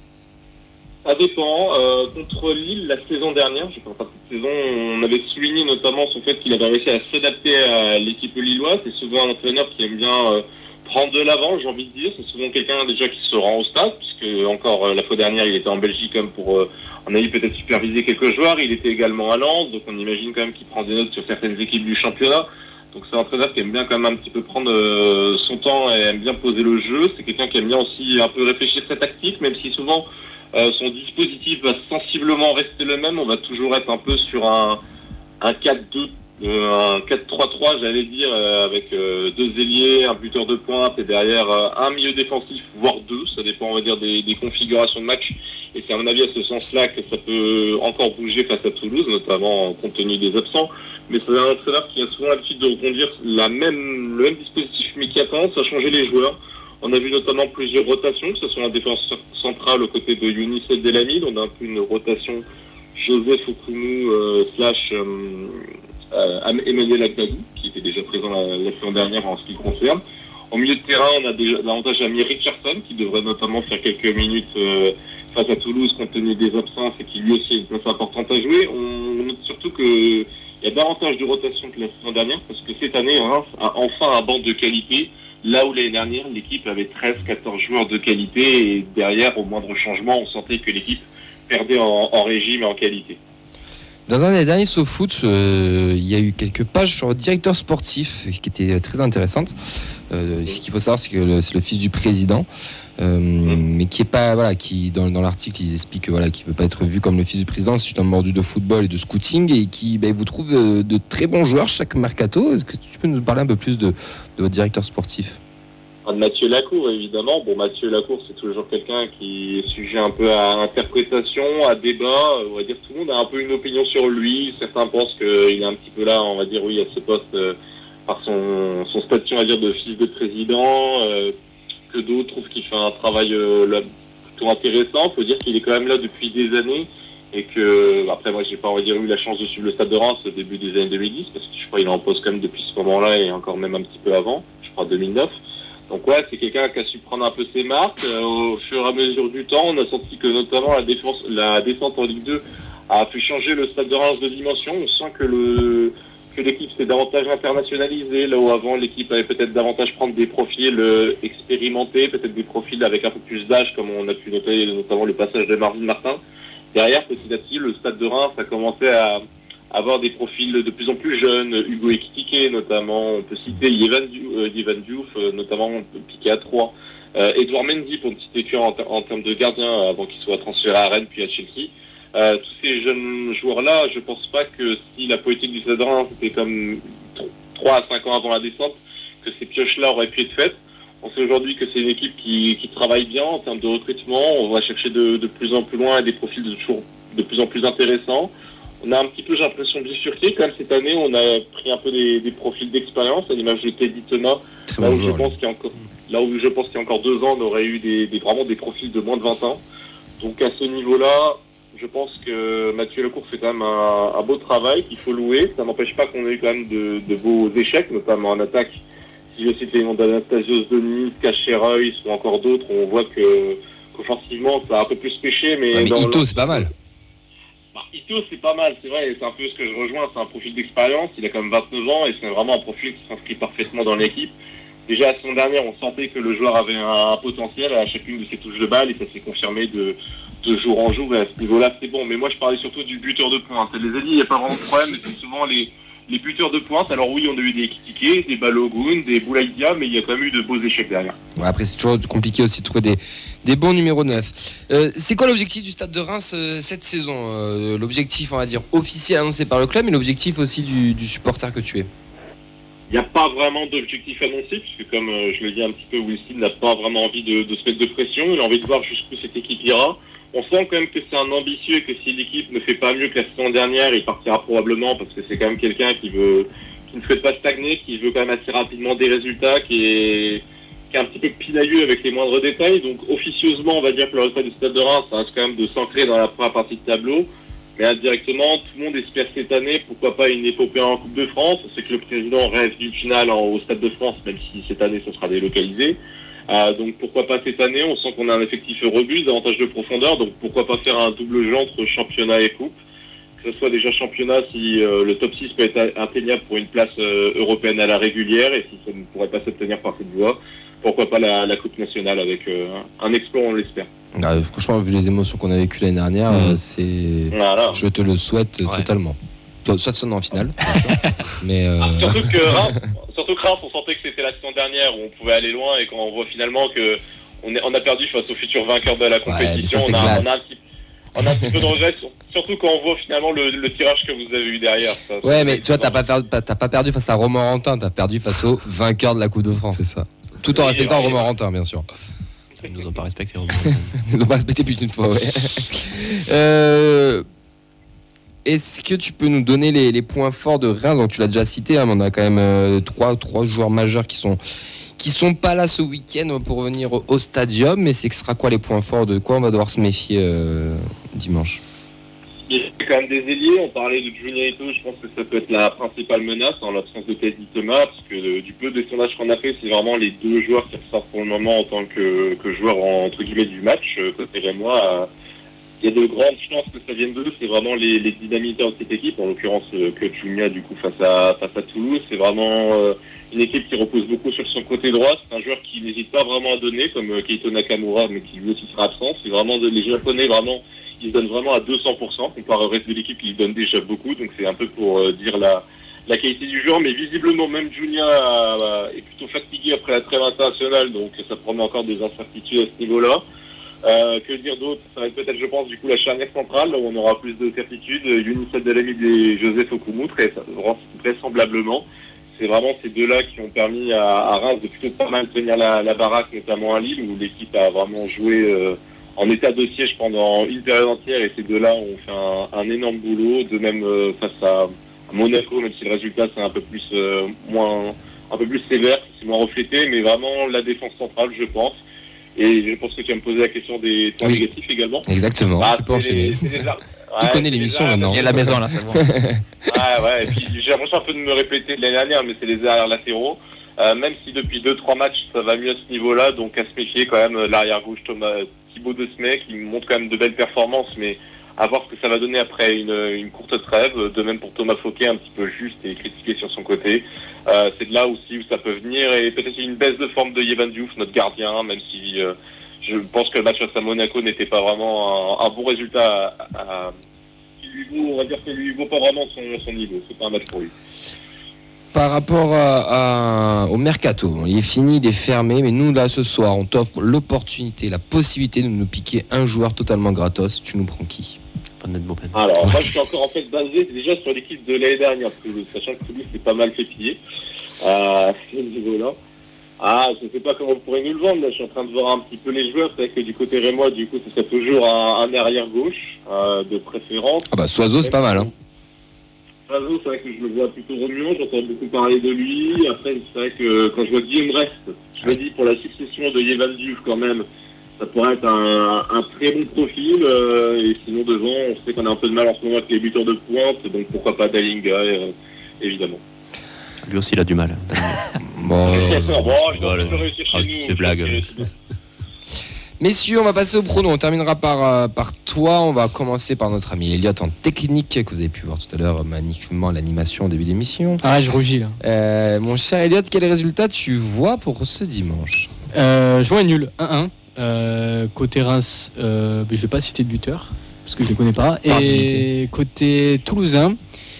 Speaker 8: Ça dépend. Euh, contre Lille, la saison dernière, je pense pas cette saison, on avait souligné notamment son fait qu'il avait réussi à s'adapter à l'équipe lilloise. C'est souvent un entraîneur qui aime bien euh, prendre de l'avant, j'ai envie de dire. C'est souvent quelqu'un déjà qui se rend au stade, puisque encore euh, la fois dernière, il était en Belgique comme pour, euh, on a eu peut-être superviser quelques joueurs. Il était également à Lens, donc on imagine quand même qu'il prend des notes sur certaines équipes du championnat. Donc c'est un entraîneur qui aime bien quand même un petit peu prendre euh, son temps et aime bien poser le jeu. C'est quelqu'un qui aime bien aussi un peu réfléchir sa tactique, même si souvent Euh, son dispositif va sensiblement rester le même. On va toujours être un peu sur un, un quatre deux, euh, un quatre trois trois, j'allais dire, euh, avec euh, deux ailiers, un buteur de pointe et derrière euh, un milieu défensif, voire deux. Ça dépend, on va dire, des, des configurations de match. Et c'est à mon avis à ce sens-là que ça peut encore bouger face à Toulouse, notamment compte tenu des absents. Mais c'est un entraîneur qui a souvent l'habitude de reconduire la même, le même dispositif, mais qui a tendance à changer les joueurs. On a vu notamment plusieurs rotations, que ce soit un défenseur central aux côtés de Younis El Delhamid. On a un peu une rotation Joseph Okumu euh, slash euh, euh, Emmanuel Agnadou, qui était déjà présent la, la saison dernière en ce qui le concerne. Au milieu de terrain, on a déjà davantage Amir Richardson, qui devrait notamment faire quelques minutes euh, face à Toulouse, compte tenu des absences, et qui lui aussi a une place importante à jouer. On note surtout qu'il y a davantage de rotation que la saison dernière, parce que cette année, Reims a enfin un banc de qualité. Là où l'année dernière, l'équipe avait treize quatorze joueurs de qualité et derrière, au moindre changement, on sentait que l'équipe perdait en, en régime et en qualité.
Speaker 1: Dans un des derniers SoFoot, euh, il y a eu quelques pages sur le directeur sportif qui étaient très intéressantes. Euh, ce qu'il faut savoir, c'est que le, c'est le fils du président, euh, mmh. mais qui est pas, voilà, qui dans, dans l'article, ils expliquent que, voilà, qu'il ne veut pas être vu comme le fils du président. C'est un mordu de football et de scouting et qui, ben, vous trouve de, de très bons joueurs chaque mercato. Est-ce que tu peux nous parler un peu plus de, de votre directeur sportif?
Speaker 8: De Mathieu Lacour, évidemment. Bon, Mathieu Lacour, c'est toujours quelqu'un qui est sujet un peu à interprétation, à débat. On va dire tout le monde a un peu une opinion sur lui. Certains pensent qu'il est un petit peu là, on va dire, oui, à ce poste euh, par son, son statut, on va dire, de fils de président. Euh, que d'autres trouvent qu'il fait un travail euh, là, plutôt intéressant. Il faut dire qu'il est quand même là depuis des années. Et que, après, moi, j'ai pas, on va dire, eu la chance de suivre le Stade de Reims au début des années deux mille dix, parce que je crois qu'il est en poste quand même depuis ce moment-là et encore même un petit peu avant, je crois deux mille neuf. Donc ouais, c'est quelqu'un qui a su prendre un peu ses marques. Euh, au fur et à mesure du temps, on a senti que notamment la, défense, la descente en Ligue deux a pu changer le Stade de Reims de dimension. On sent que, le, que l'équipe s'est davantage internationalisée, là où avant l'équipe avait peut-être davantage prendre des profils euh, expérimentés, peut-être des profils avec un peu plus d'âge, comme on a pu noter notamment le passage de Marvin Martin. Derrière, petit à petit, le Stade de Reims a commencé à avoir des profils de plus en plus jeunes, Hugo Ekitike notamment, on peut citer Yvan euh, Diouf, euh, notamment piqué à trois, euh, Edouard Mendy pour une petite écure en, en termes de gardien avant qu'il soit transféré à Rennes puis à Chelsea. Euh, tous ces jeunes joueurs-là, je pense pas que si la politique du Stade de Reims était comme trois à cinq ans avant la descente, que ces pioches-là auraient pu être faites. On sait aujourd'hui que c'est une équipe qui, qui travaille bien en termes de recrutement. On va chercher de, de plus en plus loin des profils de, toujours, de plus en plus intéressants. On a un petit peu, j'ai l'impression, bifurqué. Quand même, cette année, on a pris un peu des, des profils d'expérience, à l'image de Teddy Thomas.
Speaker 1: Très
Speaker 8: Là
Speaker 1: bon
Speaker 8: où, je
Speaker 1: joueur,
Speaker 8: pense qu'il y a encore, là où je pense qu'il y a encore deux ans, on aurait eu des, des, vraiment des profils de moins de vingt ans. Donc à ce niveau-là, je pense que Mathieu Lecourt fait quand même un, un beau travail qu'il faut louer. Ça n'empêche pas qu'on ait eu quand même de, de beaux échecs, notamment en attaque. Si je cite les noms d'Anastasios Denis, Cacheroy ou encore d'autres, on voit que qu'offensivement ça a un peu plus pêché. Mais,
Speaker 1: ouais, mais
Speaker 8: dans
Speaker 1: Ito, c'est pas mal.
Speaker 8: Bah, Ito, c'est pas mal, c'est vrai, c'est un peu ce que je rejoins, c'est un profil d'expérience, il a quand même vingt-neuf ans et c'est vraiment un profil qui s'inscrit parfaitement dans l'équipe. Déjà, la saison dernière, on sentait que le joueur avait un, un potentiel à chacune de ses touches de balle et ça s'est confirmé de, de jour en jour. Et à ce niveau-là, c'est bon. Mais moi, je parlais surtout du buteur de pointe. Elle les a dit, il n'y a pas vraiment de problème, mais c'est souvent les, les buteurs de pointe. Alors oui, on a eu des Kitike, des Balogun, des Boulaïdia, mais il y a quand même eu de beaux échecs derrière.
Speaker 1: Ouais, après, c'est toujours compliqué aussi de trouver des, des bons numéros neuf. Euh, c'est quoi l'objectif du Stade de Reims euh, cette saison euh, L'objectif, on va dire, officiel annoncé par le club, mais l'objectif aussi du, du supporter que tu es.
Speaker 8: Il n'y a pas vraiment d'objectif annoncé, puisque comme euh, je le dis un petit peu, Wilson n'a pas vraiment envie de, de se mettre de pression. Il a envie de voir jusqu'où cette équipe ira. On sent quand même que c'est un ambitieux et que si l'équipe ne fait pas mieux que la saison dernière, il partira probablement parce que c'est quand même quelqu'un qui veut, qui ne souhaite pas stagner, qui veut quand même assez rapidement des résultats, qui est, qui est un petit peu pinailleux avec les moindres détails. Donc officieusement, on va dire que le résultat du Stade de Reims, ça reste quand même de s'ancrer dans la première partie de tableau. Mais indirectement, tout le monde espère cette année, pourquoi pas une épopée en Coupe de France. On sait que le président rêve d'une finale en, au Stade de France, même si cette année, ça sera délocalisé. Euh, donc pourquoi pas cette année, on sent qu'on a un effectif robuste, davantage de profondeur, donc pourquoi pas faire un double jeu entre championnat et coupe. Que ce soit déjà championnat si euh, le top six peut être atteignable pour une place euh, européenne à la régulière, et si ça ne pourrait pas s'obtenir par cette voie, pourquoi pas la, la coupe nationale avec euh, un exploit, on l'espère.
Speaker 1: Ah, franchement, vu les émotions qu'on a vécues l'année dernière, mmh. euh, c'est... Voilà. Je te le souhaite ouais. totalement. Soit sonne en finale, mais euh...
Speaker 8: ah, surtout que Reims, surtout que Reims, on sentait que c'était la saison dernière où on pouvait aller loin, et quand on voit finalement que on, est, on a perdu face au futur vainqueur de la compétition,
Speaker 1: ouais, ça,
Speaker 8: on, a, on, a un petit, on a un petit peu de regret, surtout quand on voit finalement le, le tirage que vous avez eu derrière. Ça,
Speaker 1: ouais, mais tu vois, t'as pas, perdu, t'as pas perdu face à Romorantin, t'as perdu face au vainqueur de la Coupe de France.
Speaker 3: C'est ça.
Speaker 1: Tout en oui, respectant ouais, Romorantin, bien sûr.
Speaker 4: Ils nous ont pas respecté, Romorantin.
Speaker 1: Ils nous ont pas respecté plus d'une fois, ouais. euh... Est-ce que tu peux nous donner les, les points forts de Reims? Donc tu l'as déjà cité, hein, mais on a quand même euh, trois, trois joueurs majeurs qui sont qui sont pas là ce week-end pour venir au, au stadium. Mais c'est que ce sera quoi les points forts? De quoi on va devoir se méfier euh, dimanche?
Speaker 8: Il y a quand même des ailiers. On parlait de Junior Ito. Je pense que ça peut être la principale menace en l'absence de Teddy Thomas, parce que euh, du peu de sondages qu'on a fait, c'est vraiment les deux joueurs qui ressortent pour le moment en tant que, que joueurs entre guillemets du match. Euh, côté Rémois. Euh, Il y a de grandes chances que ça vienne d'eux, c'est vraiment les, les dynamiteurs de cette équipe, en l'occurrence euh, que Junior du coup face à face à Toulouse. C'est vraiment euh, une équipe qui repose beaucoup sur son côté droit. C'est un joueur qui n'hésite pas vraiment à donner, comme euh, Keito Nakamura, mais qui lui aussi sera absent. C'est vraiment de, les Japonais, vraiment, ils se donnent vraiment à deux cents pour cent, comparé au reste de l'équipe qui donne déjà beaucoup. Donc c'est un peu pour euh, dire la, la qualité du joueur, mais visiblement même Junior euh, est plutôt fatigué après la trêve internationale, donc ça promet encore des incertitudes à ce niveau-là. Euh, que dire d'autre? Ça va être peut-être, je pense, du coup, la charnière centrale, là où on aura plus de certitude. Younis Abdelhamid et Joseph Okoumou, très vraisemblablement. C'est vraiment ces deux-là qui ont permis à, à Reims de plutôt pas mal tenir la, la baraque, notamment à Lille, où l'équipe a vraiment joué euh, en état de siège pendant une période entière, et ces deux-là ont fait un, un énorme boulot. De même euh, face à Monaco, même si le résultat c'est un peu plus euh, moins, un peu plus sévère, c'est moins reflété, mais vraiment la défense centrale, je pense. Et je pense que tu vas me poser la question des points oui. négatifs également.
Speaker 1: Exactement, bah, tu peux enchaîner. Tu connais l'émission maintenant.
Speaker 2: Il y a la maison là, c'est bon.
Speaker 8: Ah ouais, et puis j'ai l'impression un peu de me répéter de l'année dernière, mais c'est les arrières latéraux. Euh, même si depuis deux trois matchs ça va mieux à ce niveau-là, donc à se méfier quand même, l'arrière gauche Thomas Thibaut Desmet qui montre quand même de belles performances, mais à voir ce que ça va donner après une, une courte trêve. De même pour Thomas Fouquet, un petit peu juste et critiqué sur son côté. Euh, c'est de là aussi où ça peut venir, et peut-être une baisse de forme de Yvan Diouf, notre gardien, même si euh, je pense que le match face à Monaco n'était pas vraiment un, un bon résultat. À, à, qui lui vaut, on va dire que lui vaut pas vraiment son, son niveau. C'est pas un match pour lui.
Speaker 1: Par rapport à, à, au mercato, il est fini, il est fermé, mais nous là ce soir, on t'offre l'opportunité, la possibilité de nous piquer un joueur totalement gratos. Tu nous prends qui?
Speaker 8: Alors, moi, je suis encore en fait basé déjà sur l'équipe de l'année dernière, parce que, sachant que Toulouse s'est pas mal fait piller à ce niveau-là. Ah, je ne sais pas comment vous pourrez nous le vendre. Là, je suis en train de voir un petit peu les joueurs. C'est vrai que du côté rémois, du coup, ce serait toujours un, un arrière gauche euh, de préférence.
Speaker 1: Ah bah Soiseau, c'est pas mal. Hein.
Speaker 8: Soiseau, c'est vrai que je le vois plutôt remuant. J'entends beaucoup parler de lui. Après, c'est vrai que quand je vois Guillaume Rest, je me dis pour la succession de Yevan Diouf quand même, ça pourrait être un, un très bon profil. Euh, et sinon, devant, on sait qu'on a un peu de mal en ce moment avec les buteurs de pointe. Donc pourquoi pas Dalinga, euh, évidemment.
Speaker 4: Lui aussi, il a du mal.
Speaker 1: Bon, euh,
Speaker 8: bon, je
Speaker 4: Voilà.
Speaker 8: pense qu'on peut réussir chez
Speaker 4: Ah,
Speaker 8: nous.
Speaker 4: c'est blague.
Speaker 8: Donc, euh,
Speaker 1: messieurs, on va passer au prono. On terminera par, euh, par toi. On va commencer par notre ami Elliot en technique, que vous avez pu voir tout à l'heure magnifiquement l'animation au début d'émission.
Speaker 6: Ah, je rougis là.
Speaker 1: Euh, mon cher Elliot, quel résultat tu vois pour ce dimanche?
Speaker 6: Euh, je vois un nul, un un. Euh, côté Reims, euh, je vais pas citer de buteur, parce que je les connais pas. Et côté Toulousain,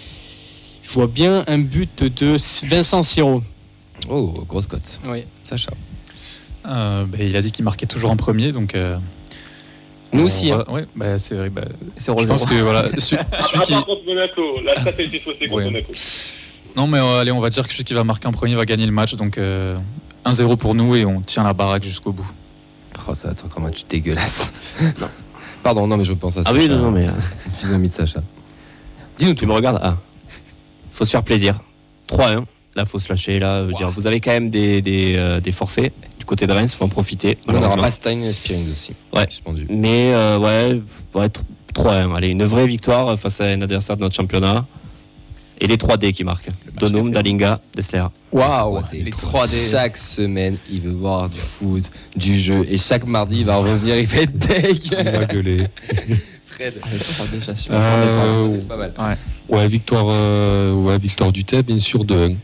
Speaker 6: je vois bien un but de Vincent Siro.
Speaker 1: Oh, grosse cote.
Speaker 6: Oui.
Speaker 1: Sacha.
Speaker 5: Euh, bah, il a dit qu'il marquait toujours en premier, donc. Euh,
Speaker 1: Nous
Speaker 5: on
Speaker 1: aussi.
Speaker 5: va-
Speaker 1: Hein.
Speaker 5: ouais, bah, c'est vrai. Bah,
Speaker 2: C'est
Speaker 5: je pense que voilà, celui,
Speaker 8: Ah,
Speaker 5: celui qui.
Speaker 8: par contre, Monaco, la stratégie faussée contre
Speaker 5: Ouais.
Speaker 8: Monaco.
Speaker 5: Non, mais euh, allez, on va dire que celui qui va marquer en premier va gagner le match, donc euh, un zéro pour nous et on tient la baraque jusqu'au bout.
Speaker 1: Oh, ça va être un match dégueulasse. Non. Pardon, non, mais je pense à ça.
Speaker 4: Ah oui, non, non, mais. euh,
Speaker 1: Physionomie de Sacha. Dis-nous
Speaker 4: Tu
Speaker 1: tout.
Speaker 4: me regardes. Ah. Faut se faire plaisir. trois un. Là, faut se lâcher. Là, je veux dire, vous avez quand même des, des, euh, des forfaits du côté de Reims. Faut en profiter.
Speaker 1: On aura
Speaker 4: malheureusement.
Speaker 1: Bastein et Spearing aussi.
Speaker 4: Ouais.
Speaker 1: Suspendu.
Speaker 4: Mais euh, ouais, ouais, tr- trois un. Allez, une vraie victoire face à un adversaire de notre championnat. Et les trois D qui marquent. Donum, Dalinga, Dessler.
Speaker 2: Waouh,
Speaker 1: les
Speaker 2: les
Speaker 1: trois
Speaker 2: trois D.
Speaker 1: Chaque semaine, il veut voir du foot, du jeu. Et chaque mardi, il va revenir, il va être
Speaker 3: Il va
Speaker 1: deg.
Speaker 3: gueuler.
Speaker 1: Fred.
Speaker 2: Déjà, si
Speaker 3: Euh,
Speaker 1: C'est pas mal.
Speaker 3: ouais, victoire, euh, ouais, victoire du T E B, bien sûr, deux un.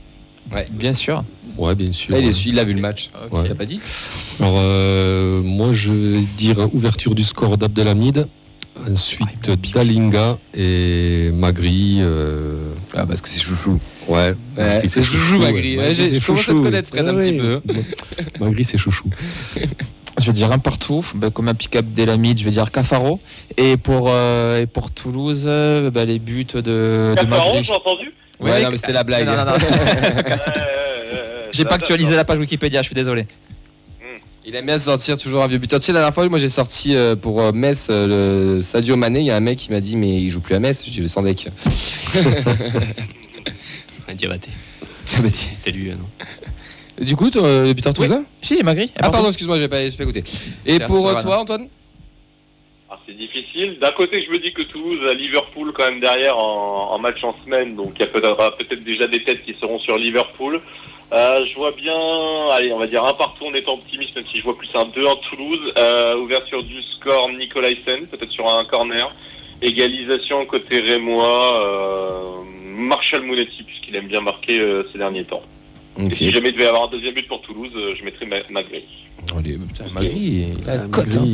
Speaker 2: Bien sûr.
Speaker 3: Ouais, bien sûr.
Speaker 1: Là, il,
Speaker 3: ouais.
Speaker 1: est, il a vu le match.
Speaker 3: Ouais.
Speaker 1: Il t'a pas dit?
Speaker 3: Alors, euh, moi, je vais dire ouverture du score d'Abdelhamid. Ensuite, Dalinga et Magri. euh,
Speaker 1: Ah, parce que c'est chouchou.
Speaker 3: Ouais,
Speaker 1: Ouais,
Speaker 3: Magri,
Speaker 1: c'est chouchou, Magri. Ouais, j'ai-
Speaker 3: c'est
Speaker 1: je commence à te
Speaker 3: chouchou.
Speaker 1: connaître, Fred, un
Speaker 3: Ouais,
Speaker 1: petit
Speaker 3: ouais.
Speaker 1: peu.
Speaker 3: Magri, c'est chouchou.
Speaker 2: Je vais dire un partout, bah, comme un pick-up d'Elamide, je vais dire Cafaro. Et pour, euh, et pour Toulouse, euh, bah, les buts de, de
Speaker 8: Cafaro,
Speaker 2: Magri.
Speaker 8: j'ai entendu.
Speaker 1: Ouais,
Speaker 2: Ouais,
Speaker 1: non, mais c'était la blague.
Speaker 2: Non, non, non. J'ai pas actualisé la page Wikipédia, je suis désolé.
Speaker 1: Il aime bien sortir toujours un vieux buteur. Tu sais, la dernière fois, moi j'ai sorti euh, pour euh, Metz euh, le Sadio Mané. Il y a un mec qui m'a dit, mais il joue plus à Metz. Je dis, sans deck.
Speaker 4: Un diabaté.
Speaker 1: Tiens, bah, tiens.
Speaker 4: C'était lui, euh, non.
Speaker 1: Du coup, toi, euh, le buteur toulousain?
Speaker 2: Si, Magri.
Speaker 1: Ah, pardon, excuse-moi, j'ai pas, j'ai pas écouté. Et
Speaker 2: C'est
Speaker 1: pour euh,
Speaker 2: Arsenal.
Speaker 1: toi, Antoine?
Speaker 8: Ah, c'est difficile. D'un côté, je me dis que Toulouse a Liverpool quand même derrière en, en match en semaine, donc il y a peut-être, peut-être déjà des têtes qui seront sur Liverpool. Euh, je vois bien, allez, on va dire un partout en étant optimiste, même si je vois plus un deux un Toulouse. Euh, ouverture du score Nicolaisen, peut-être sur un corner. Égalisation côté rémois, euh, Marshall Mounetti, puisqu'il aime bien marquer euh, ces derniers temps. Et
Speaker 1: Ok.
Speaker 8: si jamais il devait y avoir un deuxième but pour Toulouse, euh, je mettrais Ma- Magri.
Speaker 1: Allez, putain, Magri, il a la
Speaker 3: Ah,
Speaker 1: cote. hein.
Speaker 3: Magri.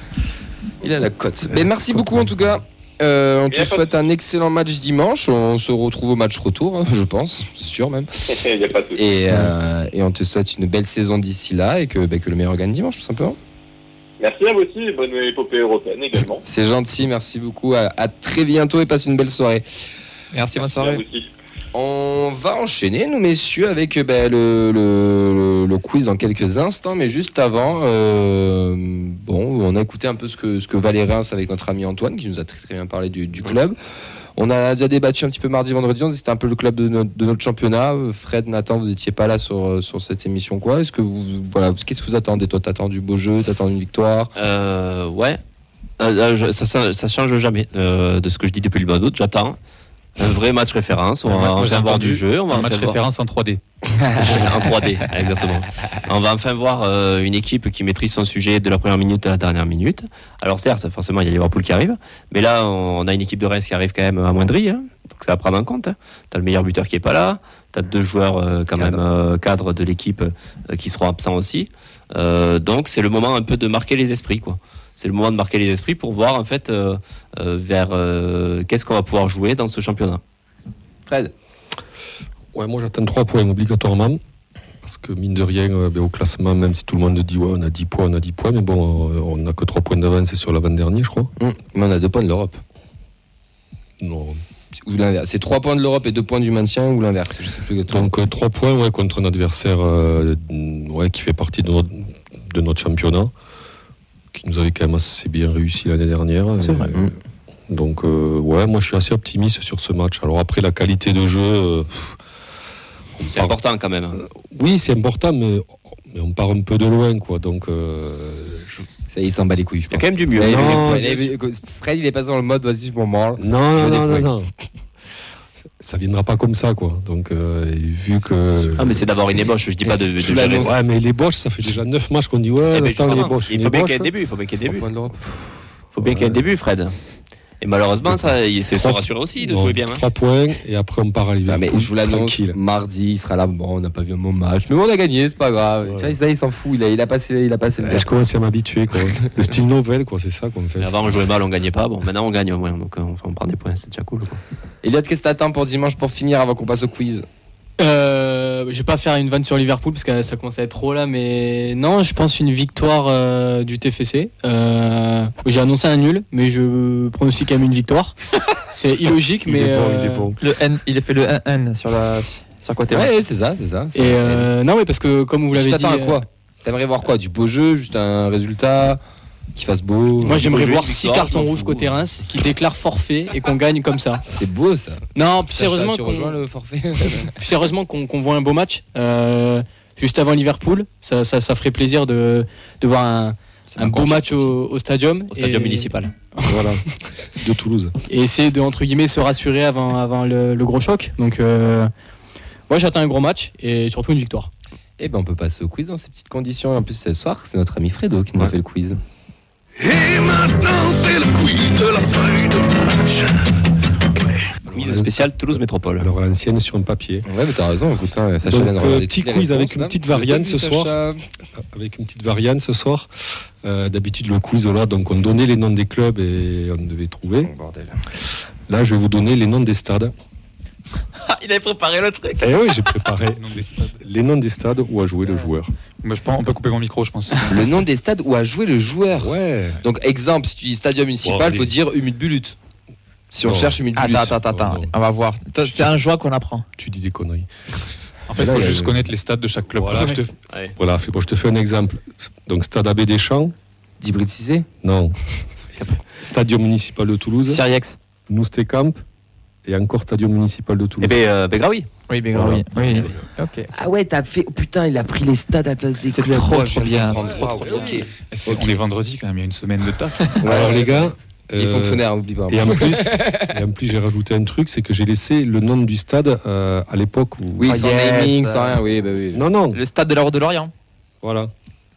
Speaker 1: Il a la cote. Mais merci beaucoup en tout cas. Euh, on
Speaker 8: Il y
Speaker 1: te
Speaker 8: a pas de-
Speaker 1: souhaite un excellent match dimanche. On se retrouve au match retour, hein, je pense, c'est sûr même.
Speaker 8: Il n'y a pas de souci.
Speaker 1: Et, euh, et on te souhaite une belle saison d'ici là et que, bah, que le meilleur gagne dimanche, tout simplement.
Speaker 8: Merci à vous aussi, et bonne épopée européenne également.
Speaker 1: C'est gentil, merci beaucoup. À, à très bientôt et passe une belle soirée.
Speaker 2: Merci, bonne
Speaker 8: À
Speaker 2: soirée.
Speaker 8: vous aussi.
Speaker 1: On va enchaîner, nous messieurs, avec bah, le, le, le- le quiz dans quelques instants. Mais juste avant, euh, bon, on a écouté un peu ce que, ce que valait Reims avec notre ami Antoine, qui nous a très, très bien parlé du, du club. On a déjà débattu un petit peu mardi, vendredi. On disait que c'était un peu le club de notre, de notre championnat. Fred, Nathan, vous n'étiez pas là sur, sur cette émission, quoi. Est-ce que vous, voilà, qu'est-ce que vous attendez? Toi, t'attends du beau jeu, t'attends une victoire?
Speaker 4: Euh, ouais. Euh, euh, je- ça, ça, ça change jamais euh, de ce que je dis depuis le mois d'août. J'attends un vrai match référence. On
Speaker 5: Moi,
Speaker 4: va
Speaker 5: moi,
Speaker 4: enfin
Speaker 5: j'ai
Speaker 4: voir
Speaker 5: entendu
Speaker 4: du jeu. On va
Speaker 5: Un match
Speaker 4: enfin voir-
Speaker 5: référence en trois D.
Speaker 4: en trois D, exactement. On va enfin voir euh, une équipe qui maîtrise son sujet de la première minute à la dernière minute. Alors certes, forcément, il y a Liverpool qui arrive, mais là, on a une équipe de Reims qui arrive quand même amoindrie, hein, donc ça va prendre en compte. Hein. T'as le meilleur buteur qui est pas là, t'as deux joueurs euh, quand
Speaker 1: Cadre.
Speaker 4: même euh, cadres de l'équipe euh, qui seront absents aussi. Euh, donc c'est le moment un peu de marquer les esprits, quoi. C'est le moment de marquer les esprits pour voir en fait euh, euh, vers euh, qu'est-ce qu'on va pouvoir jouer dans ce championnat.
Speaker 1: Fred?
Speaker 3: Ouais, moi j'attends trois points obligatoirement. Parce que mine de rien, euh, ben, au classement, même si tout le monde dit ouais, on a dix points, on a dix points, mais bon, euh, on n'a que trois points d'avance sur l'avant-dernier, je crois.
Speaker 1: Hum, mais on a deux points de l'Europe.
Speaker 3: Non.
Speaker 1: ou l'inverse. C'est trois points de l'Europe et deux points du maintien ou l'inverse. Je sais plus exactement.
Speaker 3: Donc euh, trois points ouais, contre un adversaire euh, ouais, qui fait partie de notre, de notre championnat, qui nous avait quand même assez bien réussi l'année dernière.
Speaker 2: C'est
Speaker 3: Et,
Speaker 2: vrai.
Speaker 3: euh, donc euh, ouais, moi je suis assez optimiste sur ce match. Alors après la qualité de jeu, euh, on
Speaker 4: C'est
Speaker 3: part-
Speaker 4: important quand même. hein.
Speaker 3: Oui, c'est important, mais, mais on part un peu de loin, quoi. Donc euh, je-
Speaker 1: Ça y est, il s'en bat les couilles, je
Speaker 4: Il y a
Speaker 1: pense.
Speaker 4: quand même du mieux.
Speaker 1: Là, il
Speaker 3: Non,
Speaker 1: veut-
Speaker 3: c'est-
Speaker 1: il veut- Fred, il est passé dans le mode vas-y, je m'en branle.
Speaker 3: non,
Speaker 1: Je veux
Speaker 3: non,
Speaker 1: des
Speaker 3: non, non,
Speaker 1: points.
Speaker 3: non. Ça viendra pas comme ça, quoi. Donc euh, et vu que
Speaker 4: Ah, mais c'est d'avoir une ébauche, je dis pas de, de
Speaker 1: Sous
Speaker 4: gérer
Speaker 1: l'annonce.
Speaker 4: ça.
Speaker 3: ouais, mais les Bosch, ça fait déjà neuf matchs qu'on dit ouais,
Speaker 4: Eh ben,
Speaker 3: attends, les
Speaker 4: justement,
Speaker 3: Bosch,
Speaker 4: il
Speaker 3: les
Speaker 4: faut bien
Speaker 3: Bosch.
Speaker 4: qu'il y ait un début, il faut bien qu'il y ait un
Speaker 1: Trois
Speaker 4: début.
Speaker 1: points de l'Europe.
Speaker 4: faut bien qu'il y ait un début, Fred. Et malheureusement, ça, il- c'est se rassurer aussi de
Speaker 3: Non,
Speaker 4: jouer bien. hein.
Speaker 3: Trois points et après on part à
Speaker 1: Ah,
Speaker 3: Liverpool.
Speaker 1: mais je vous l'annonce,
Speaker 3: tranquille.
Speaker 1: mardi, il sera là. Bon, on n'a pas vu un bon match, mais bon, on a gagné, c'est pas grave.
Speaker 3: Voilà.
Speaker 1: Tu vois, ça, il s'en fout, il a, il a passé, il a passé le
Speaker 3: Ouais,
Speaker 1: cap.
Speaker 3: je commence à m'habituer, quoi. Le style novel, quoi, c'est ça, quoi, en fait.
Speaker 4: Mais avant, on jouait mal, on gagnait pas. Bon, maintenant, on gagne au moins. Donc, euh, on, on prend des points, c'est déjà cool. quoi.
Speaker 1: Elliot, qu'est-ce que t'attends pour dimanche pour finir avant qu'on passe au quiz?
Speaker 6: Euh, je vais pas faire une vanne sur Liverpool parce que ça commence à être trop là, mais non, je pense une victoire euh, du T F C. Euh, j'ai annoncé un nul, mais je pronostique quand même une victoire. C'est illogique,
Speaker 3: Il
Speaker 6: mais.
Speaker 3: est bon, il est
Speaker 6: euh,
Speaker 3: bon.
Speaker 2: Le N, il a fait le un un sur la sur le côté.
Speaker 1: Ouais, c'est ça, c'est ça. c'est
Speaker 6: Et
Speaker 1: ça.
Speaker 6: euh, non, oui, parce que comme vous
Speaker 1: tu
Speaker 6: l'avez dit.
Speaker 1: t'attends à quoi?
Speaker 6: euh,
Speaker 1: T'aimerais voir quoi? Du beau jeu, juste un résultat qui fasse beau?
Speaker 6: Moi, j'aimerais
Speaker 4: Beau jeu,
Speaker 6: voir
Speaker 4: une
Speaker 6: six
Speaker 4: victoire,
Speaker 6: cartons
Speaker 4: je m'en
Speaker 6: rouges
Speaker 4: fous.
Speaker 6: côté Reims qui déclarent forfait et qu'on gagne comme ça.
Speaker 1: C'est beau ça.
Speaker 6: Non, plus
Speaker 1: Sacha,
Speaker 6: sérieusement,
Speaker 1: tu
Speaker 6: qu'on-
Speaker 1: rejoins le forfait.
Speaker 6: plus sérieusement qu'on qu'on voit un beau match. Euh, juste avant Liverpool, ça, ça, ça ferait plaisir de, de voir un,
Speaker 4: C'est
Speaker 6: un
Speaker 4: ma
Speaker 6: beau
Speaker 4: confiance
Speaker 6: match
Speaker 4: aussi.
Speaker 6: au, au stadium.
Speaker 4: Au stadium
Speaker 6: et-
Speaker 4: municipal.
Speaker 3: Voilà, de Toulouse.
Speaker 6: et essayer de entre guillemets se rassurer avant, avant le, le gros choc. Donc euh, moi j'attends un gros match et surtout une victoire.
Speaker 1: Eh ben, on peut passer au quiz dans ces petites conditions. En plus, ce soir, c'est notre ami Fredo qui nous a
Speaker 3: Ouais.
Speaker 1: fait le quiz.
Speaker 9: Et maintenant, c'est le quiz de la feuille de match.
Speaker 4: Mise spéciale Toulouse Métropole.
Speaker 3: Alors à l'ancienne sur un papier.
Speaker 1: Ouais, mais t'as raison, écoute, ça, Sacha
Speaker 3: Donc,
Speaker 1: vient de
Speaker 3: euh,
Speaker 1: regarder
Speaker 3: petit
Speaker 1: toutes les
Speaker 3: quiz avec
Speaker 1: réponses,
Speaker 3: une
Speaker 1: là.
Speaker 3: petite
Speaker 1: Je t'ai
Speaker 3: variante
Speaker 1: vu,
Speaker 3: ce soir.
Speaker 1: Sacha.
Speaker 3: Avec une petite variante ce soir. Euh, D'habitude le quiz là, donc on donnait les noms des clubs et on devait trouver.
Speaker 1: Oh, bordel.
Speaker 3: Là je vais vous donner les noms des stades.
Speaker 2: Ah, il avait préparé le truc.
Speaker 3: Et oui, j'ai préparé
Speaker 5: Non, des stades.
Speaker 3: les noms des stades où a joué le joueur.
Speaker 5: Moi, je pense, on peut couper mon micro, je pense.
Speaker 1: Le nom des stades où a joué le joueur.
Speaker 3: Ouais.
Speaker 1: Donc, exemple, si tu dis stadium municipal,
Speaker 3: Bon,
Speaker 1: il faut
Speaker 3: allez.
Speaker 1: dire Humide Bulut. Si on
Speaker 3: Non.
Speaker 1: cherche Humide Bulut.
Speaker 2: Attends, attends, attends,
Speaker 3: Oh, non.
Speaker 2: on va voir. C'est un joie qu'on apprend.
Speaker 3: Tu dis des conneries.
Speaker 5: En fait, il
Speaker 3: Là,
Speaker 5: faut
Speaker 3: il y a
Speaker 5: juste
Speaker 3: le-
Speaker 5: connaître les stades de chaque club.
Speaker 3: Voilà, je te,
Speaker 4: Ouais.
Speaker 3: voilà, fais- bon, je te fais un exemple. Donc Stade Abbé Deschamps,
Speaker 1: Djibril Cissé.
Speaker 3: non. Stadium municipal de Toulouse,
Speaker 2: Siriex.
Speaker 3: Noustécamp et encore Stadium municipal de
Speaker 4: Eh
Speaker 3: Toulouse.
Speaker 4: ben, euh, Begraoui.
Speaker 2: Oui, bien
Speaker 3: Voilà.
Speaker 2: oui. Oui. Ok.
Speaker 1: Ah ouais, t'as fait. Oh, putain, il a pris les stades à la place des
Speaker 2: C'est
Speaker 1: clubs.
Speaker 2: trop,
Speaker 1: Ouais, je
Speaker 2: trop
Speaker 1: viens de
Speaker 2: bien,
Speaker 1: comprendre.
Speaker 2: c'est trop, trop
Speaker 1: Waouh, ok.
Speaker 5: C'est- On est vendredi quand même, il y a une semaine de taf.
Speaker 3: Alors les gars,
Speaker 1: Les
Speaker 3: euh,
Speaker 1: fonctionnaires, n'oublie pas.
Speaker 3: Et en plus, et en plus j'ai rajouté un truc, c'est que j'ai laissé le nom du stade euh, à l'époque où.
Speaker 1: Oui,
Speaker 2: Ah,
Speaker 1: sans
Speaker 2: yes.
Speaker 1: naming, sans rien, oui, bah oui.
Speaker 3: Non, non,
Speaker 2: Le stade de la Route de Lorient.
Speaker 3: voilà.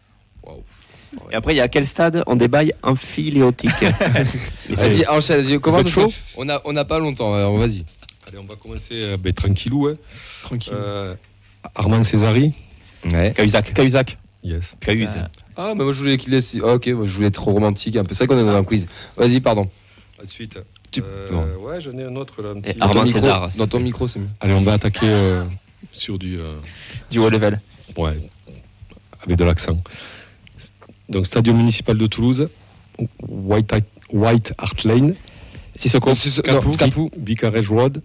Speaker 4: Et après, il y a quel stade on débaille amphiléotique.
Speaker 1: Vas-y, enchaîne, vas-y, commence.
Speaker 3: êtes chaud
Speaker 1: On a, on a pas longtemps, alors vas-y.
Speaker 3: Allez, on va commencer euh, ben, tranquillou. Hein.
Speaker 6: Tranquille.
Speaker 3: Euh, Armand Césari.
Speaker 1: Ouais.
Speaker 4: Cahuzac.
Speaker 2: Cahuzac.
Speaker 3: Yes.
Speaker 4: Cahuse.
Speaker 1: Ah, mais moi je voulais qu'il laisse. Ah, ok, moi je voulais être romantique un peu. C'est vrai qu'on est dans un quiz. Vas-y, pardon.
Speaker 3: Ensuite,
Speaker 1: Tu-
Speaker 3: euh,
Speaker 1: non.
Speaker 3: ouais, j'en ai un autre là. Un petit-
Speaker 4: Et Armand
Speaker 1: Dans ton micro-
Speaker 4: César.
Speaker 1: Dans ton micro, c'est mieux.
Speaker 3: Allez, on va attaquer euh, sur du. euh,
Speaker 2: Du haut level.
Speaker 3: ouais, avec de l'accent. Donc, Stadium municipal de Toulouse, White, White Hart Lane,
Speaker 2: Sissoko.
Speaker 1: Non, Capou.
Speaker 3: Vicarage Road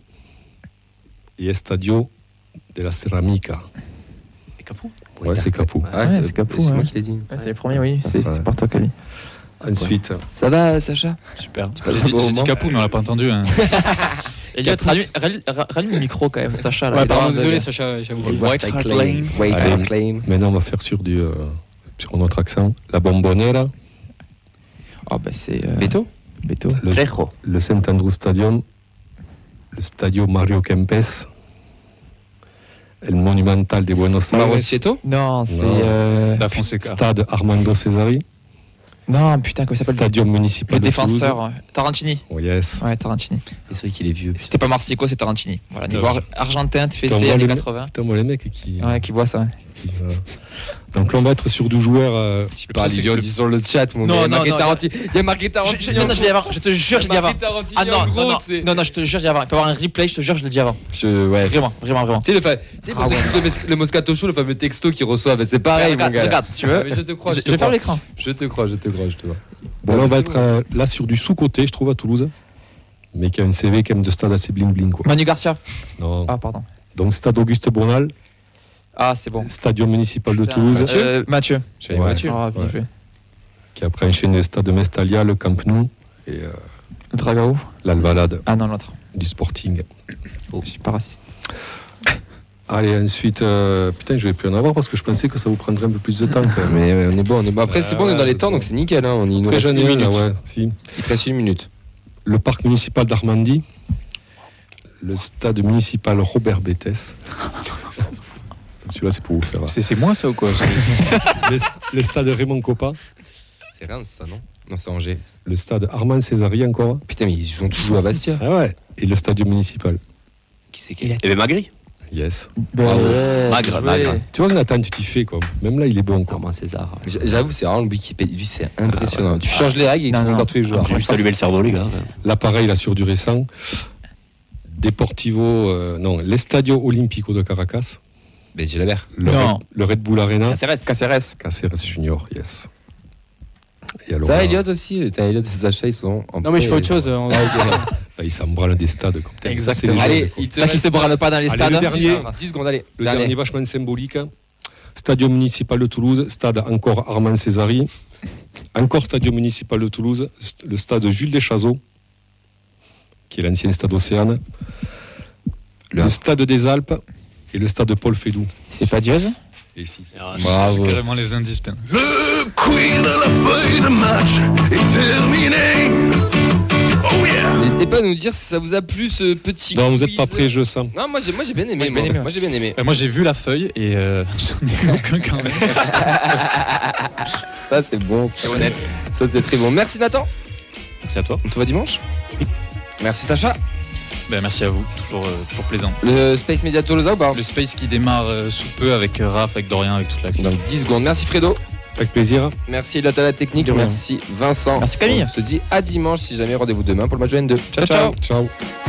Speaker 3: et Estadio de la Ceramica.
Speaker 4: Et Capou.
Speaker 3: Ouais, c'est Capou.
Speaker 1: Ouais,
Speaker 2: Ouais,
Speaker 1: c'est
Speaker 2: c'est Capou,
Speaker 1: C'est
Speaker 2: ouais.
Speaker 1: moi qui l'ai dit.
Speaker 2: Ouais, c'est les premiers, oui.
Speaker 1: Ouais,
Speaker 2: C'est
Speaker 1: ouais.
Speaker 2: c'est Porto Cali.
Speaker 3: Ensuite,
Speaker 1: Ça va, Sacha?
Speaker 5: Super.
Speaker 1: passes
Speaker 5: J'ai
Speaker 1: un
Speaker 5: dit
Speaker 1: bon
Speaker 5: j'ai dit
Speaker 1: moment
Speaker 5: Capou, mais on l'a pas entendu. hein.
Speaker 2: Et là, rallume, rallume- rallume le micro quand même, Sacha. Là,
Speaker 6: Ouais,
Speaker 2: Il
Speaker 6: pardon,
Speaker 2: doit-
Speaker 6: désolé Sacha, j'avoue.
Speaker 2: White Hart Lane.
Speaker 1: White
Speaker 3: Allez.
Speaker 1: Hart Lane.
Speaker 3: maintenant, on va faire sur, du, euh, sur notre accent. La Bombonera,
Speaker 2: Oh, bah c'est. euh,
Speaker 1: Beto?
Speaker 2: Beto.
Speaker 3: le,
Speaker 4: Trejo.
Speaker 3: le Saint Andrew Stadium, le Stadio Mario Kempes, el Monumental de Buenos Aires,
Speaker 1: Marocieto?
Speaker 2: Non, c'est.
Speaker 3: Non.
Speaker 2: euh,
Speaker 5: Da Fonseca.
Speaker 3: Stade Armando Cesari,
Speaker 2: Non, putain, comment il s'appelle
Speaker 3: Stadium municipal
Speaker 2: Le
Speaker 3: de
Speaker 2: défenseur.
Speaker 3: Toulouse.
Speaker 2: euh, Tarantini.
Speaker 3: Oh yes.
Speaker 2: Ouais, Tarantini.
Speaker 1: Et c'est vrai qu'il est vieux.
Speaker 2: C'était pas Marsico, c'est Tarantini. Voilà, niveau
Speaker 3: Putain,
Speaker 2: ar- argentin, T F
Speaker 3: putain,
Speaker 2: C,
Speaker 3: moi,
Speaker 2: années
Speaker 3: les-
Speaker 2: quatre-vingts.
Speaker 3: Putain, moi les mecs qui.
Speaker 2: Ouais, qui voit ça. ouais.
Speaker 3: qui, euh, Donc là, on va être sur du joueur. euh,
Speaker 1: Par
Speaker 5: c'est
Speaker 1: Livio,
Speaker 5: que-
Speaker 1: dis sur le chat, mon
Speaker 2: Non,
Speaker 1: gars. Il y a
Speaker 2: non,
Speaker 1: marqué
Speaker 2: non,
Speaker 1: Tarantini. Il y a marqué
Speaker 2: Je,
Speaker 1: Tarantini.
Speaker 2: je- non, non, je l'ai dit avant. Je te jure, je l'ai dit avant.
Speaker 1: Tarantini
Speaker 2: Ah non,
Speaker 1: en
Speaker 2: non,
Speaker 1: gros,
Speaker 2: non,
Speaker 1: tu sais.
Speaker 2: non, non, je te jure, je l'ai dit avant. Il peut y avoir un replay, je te jure, je l'ai dit avant.
Speaker 1: Je- Ouais.
Speaker 2: Vraiment, vraiment, vraiment.
Speaker 1: Tu sais, le, fa... tu sais, pour
Speaker 2: Ah
Speaker 1: ceux
Speaker 2: ouais.
Speaker 1: qui écoutent le, le Moscato Show, le fameux texto qu'ils reçoivent, c'est pareil, mon
Speaker 2: regarde,
Speaker 1: gars.
Speaker 2: regarde, tu
Speaker 1: Ah,
Speaker 2: veux
Speaker 1: mais je te crois,
Speaker 2: Je
Speaker 1: je
Speaker 2: je
Speaker 1: te
Speaker 2: vais faire
Speaker 1: crois.
Speaker 2: l'écran.
Speaker 1: Je te crois, je te crois, je te crois.
Speaker 3: Bon, là, on va
Speaker 1: c'est
Speaker 3: être
Speaker 1: bon,
Speaker 3: euh, là sur du sous-côté, je trouve, à Toulouse. mais qui a un C V quand même de stade assez bling-bling. Quoi.
Speaker 2: Manu Garcia.
Speaker 3: Non.
Speaker 2: Ah, pardon.
Speaker 3: Donc, stade Auguste Bournal,
Speaker 2: Ah, c'est bon.
Speaker 3: stadium municipal de
Speaker 6: Putain,
Speaker 3: Toulouse,
Speaker 6: Mathieu.
Speaker 2: Euh, Mathieu.
Speaker 1: J'avais
Speaker 3: Ouais.
Speaker 1: Mathieu.
Speaker 2: Ah, bien
Speaker 3: Ouais.
Speaker 2: joué.
Speaker 3: qui a après enchaîné le stade de Mestalia, le Camp Nou et euh,
Speaker 2: Dragao.
Speaker 3: l'Alvalade
Speaker 2: Ah non, l'autre.
Speaker 3: du Sporting.
Speaker 2: Je suis pas raciste.
Speaker 3: Allez, ensuite, euh, putain, je vais plus en avoir parce que je pensais que ça vous prendrait un peu plus de temps. Quand même.
Speaker 1: Mais ouais, on est bon, on est bon. Après,
Speaker 3: Ah
Speaker 1: c'est bon, on est
Speaker 3: ouais,
Speaker 1: dans les
Speaker 3: c'est
Speaker 1: temps,
Speaker 3: bon.
Speaker 1: donc c'est nickel. Hein. On y nous
Speaker 3: Après,
Speaker 1: reste
Speaker 3: j'en
Speaker 1: une
Speaker 3: ai un, là,
Speaker 1: minute.
Speaker 3: ouais, si.
Speaker 1: Il te reste une minute.
Speaker 3: Le parc municipal d'Armandie, le stade municipal Robert Bétès. Celui-là, c'est pour vous faire.
Speaker 5: C'est, c'est moi ça ou quoi?
Speaker 3: le, le stade Raymond Coppa,
Speaker 1: C'est Reims, ça, non? Non, c'est Angers.
Speaker 3: le stade Armand Césari encore.
Speaker 1: Putain, mais ils ont tous joué à Bastia.
Speaker 3: Ah ouais. Et le stade municipal.
Speaker 4: Qui c'est qui? Eh bien, Magri.
Speaker 3: Yes.
Speaker 2: Ben ouais,
Speaker 4: Magre,
Speaker 2: bien joué.
Speaker 4: Magre.
Speaker 3: Tu vois, Nathan, tu t'y fais quoi. Même là, il est bon quoi.
Speaker 4: Armand César.
Speaker 1: J- J'avoue, c'est vraiment le Wikipédia. Lui, c'est impressionnant. Tu changes les règles et il
Speaker 2: Non,
Speaker 1: trouve
Speaker 2: non.
Speaker 1: encore tous les joueurs.
Speaker 4: J'ai juste allumé le cerveau, les gars.
Speaker 3: L'appareil, là, sur du récent. Deportivo, euh, non, l'Estadio Olímpico de Caracas.
Speaker 1: Ben, j'ai la mer.
Speaker 3: Le,
Speaker 5: Non.
Speaker 3: Red, le Red Bull Arena.
Speaker 4: Caceres.
Speaker 2: Caceres.
Speaker 3: Caceres Junior, yes. Et alors,
Speaker 1: Ça,
Speaker 3: là,
Speaker 1: Elliot aussi. Putain, Elliot, ses achats, ils sont. en
Speaker 6: Non, mais je fais
Speaker 1: paix.
Speaker 6: autre chose. on-
Speaker 3: là, il s'embralle des stades. Comme tel. Ça, c'est les
Speaker 2: Exactement.
Speaker 3: jeunes,
Speaker 1: Allez,
Speaker 3: quoi.
Speaker 1: il te
Speaker 2: T'as qui
Speaker 1: reste
Speaker 2: se branle pas dans les
Speaker 3: Allez,
Speaker 2: stades.
Speaker 3: le dernier.
Speaker 1: dix secondes, allez.
Speaker 3: Le
Speaker 1: Dernier.
Speaker 3: dernier vachement symbolique. Stadium municipal de Toulouse, stade encore Armand Césari. Encore stadium municipal de Toulouse, st- le stade Jules Deschazeaux, qui est l'ancien stade Océane. Le stade des Alpes et le stade Paul Fédou.
Speaker 2: C'est pas Dieuze.
Speaker 3: Et si, c'est-
Speaker 1: Bravo.
Speaker 5: Carrément les indices, putain.
Speaker 9: Le queen de la feuille de match est terminé. Oh yeah.
Speaker 1: N'hésitez pas à nous dire si ça vous a plu ce petit.
Speaker 3: Non, vous n'êtes
Speaker 1: quiz.
Speaker 3: pas prêts, je sens.
Speaker 1: Non, moi j'ai, moi j'ai bien aimé.
Speaker 2: Moi, j'ai bien
Speaker 1: moi.
Speaker 2: aimé,
Speaker 1: Moi j'ai bien aimé.
Speaker 5: Euh, moi j'ai vu la feuille et euh, j'en ai aucun quand même.
Speaker 1: Ça c'est bon. C'est honnête. Ça c'est très bon. Merci Nathan.
Speaker 4: Merci à toi.
Speaker 1: On te voit dimanche. Merci Sacha.
Speaker 5: Ben, merci à vous, toujours, euh, toujours plaisant.
Speaker 1: Le Space Media Toulouse ou pas?
Speaker 5: Le Space qui démarre euh, sous peu avec euh, Raph, avec Dorian, avec toute la clique.
Speaker 1: Dans dix secondes. Merci Fredo.
Speaker 3: Avec plaisir.
Speaker 1: Merci Elliot à la technique.
Speaker 2: De rien.
Speaker 1: Merci Vincent.
Speaker 2: Merci Camille.
Speaker 1: On se dit à dimanche si jamais. Rendez-vous demain pour le match de N deux. Ciao ciao.
Speaker 3: Ciao.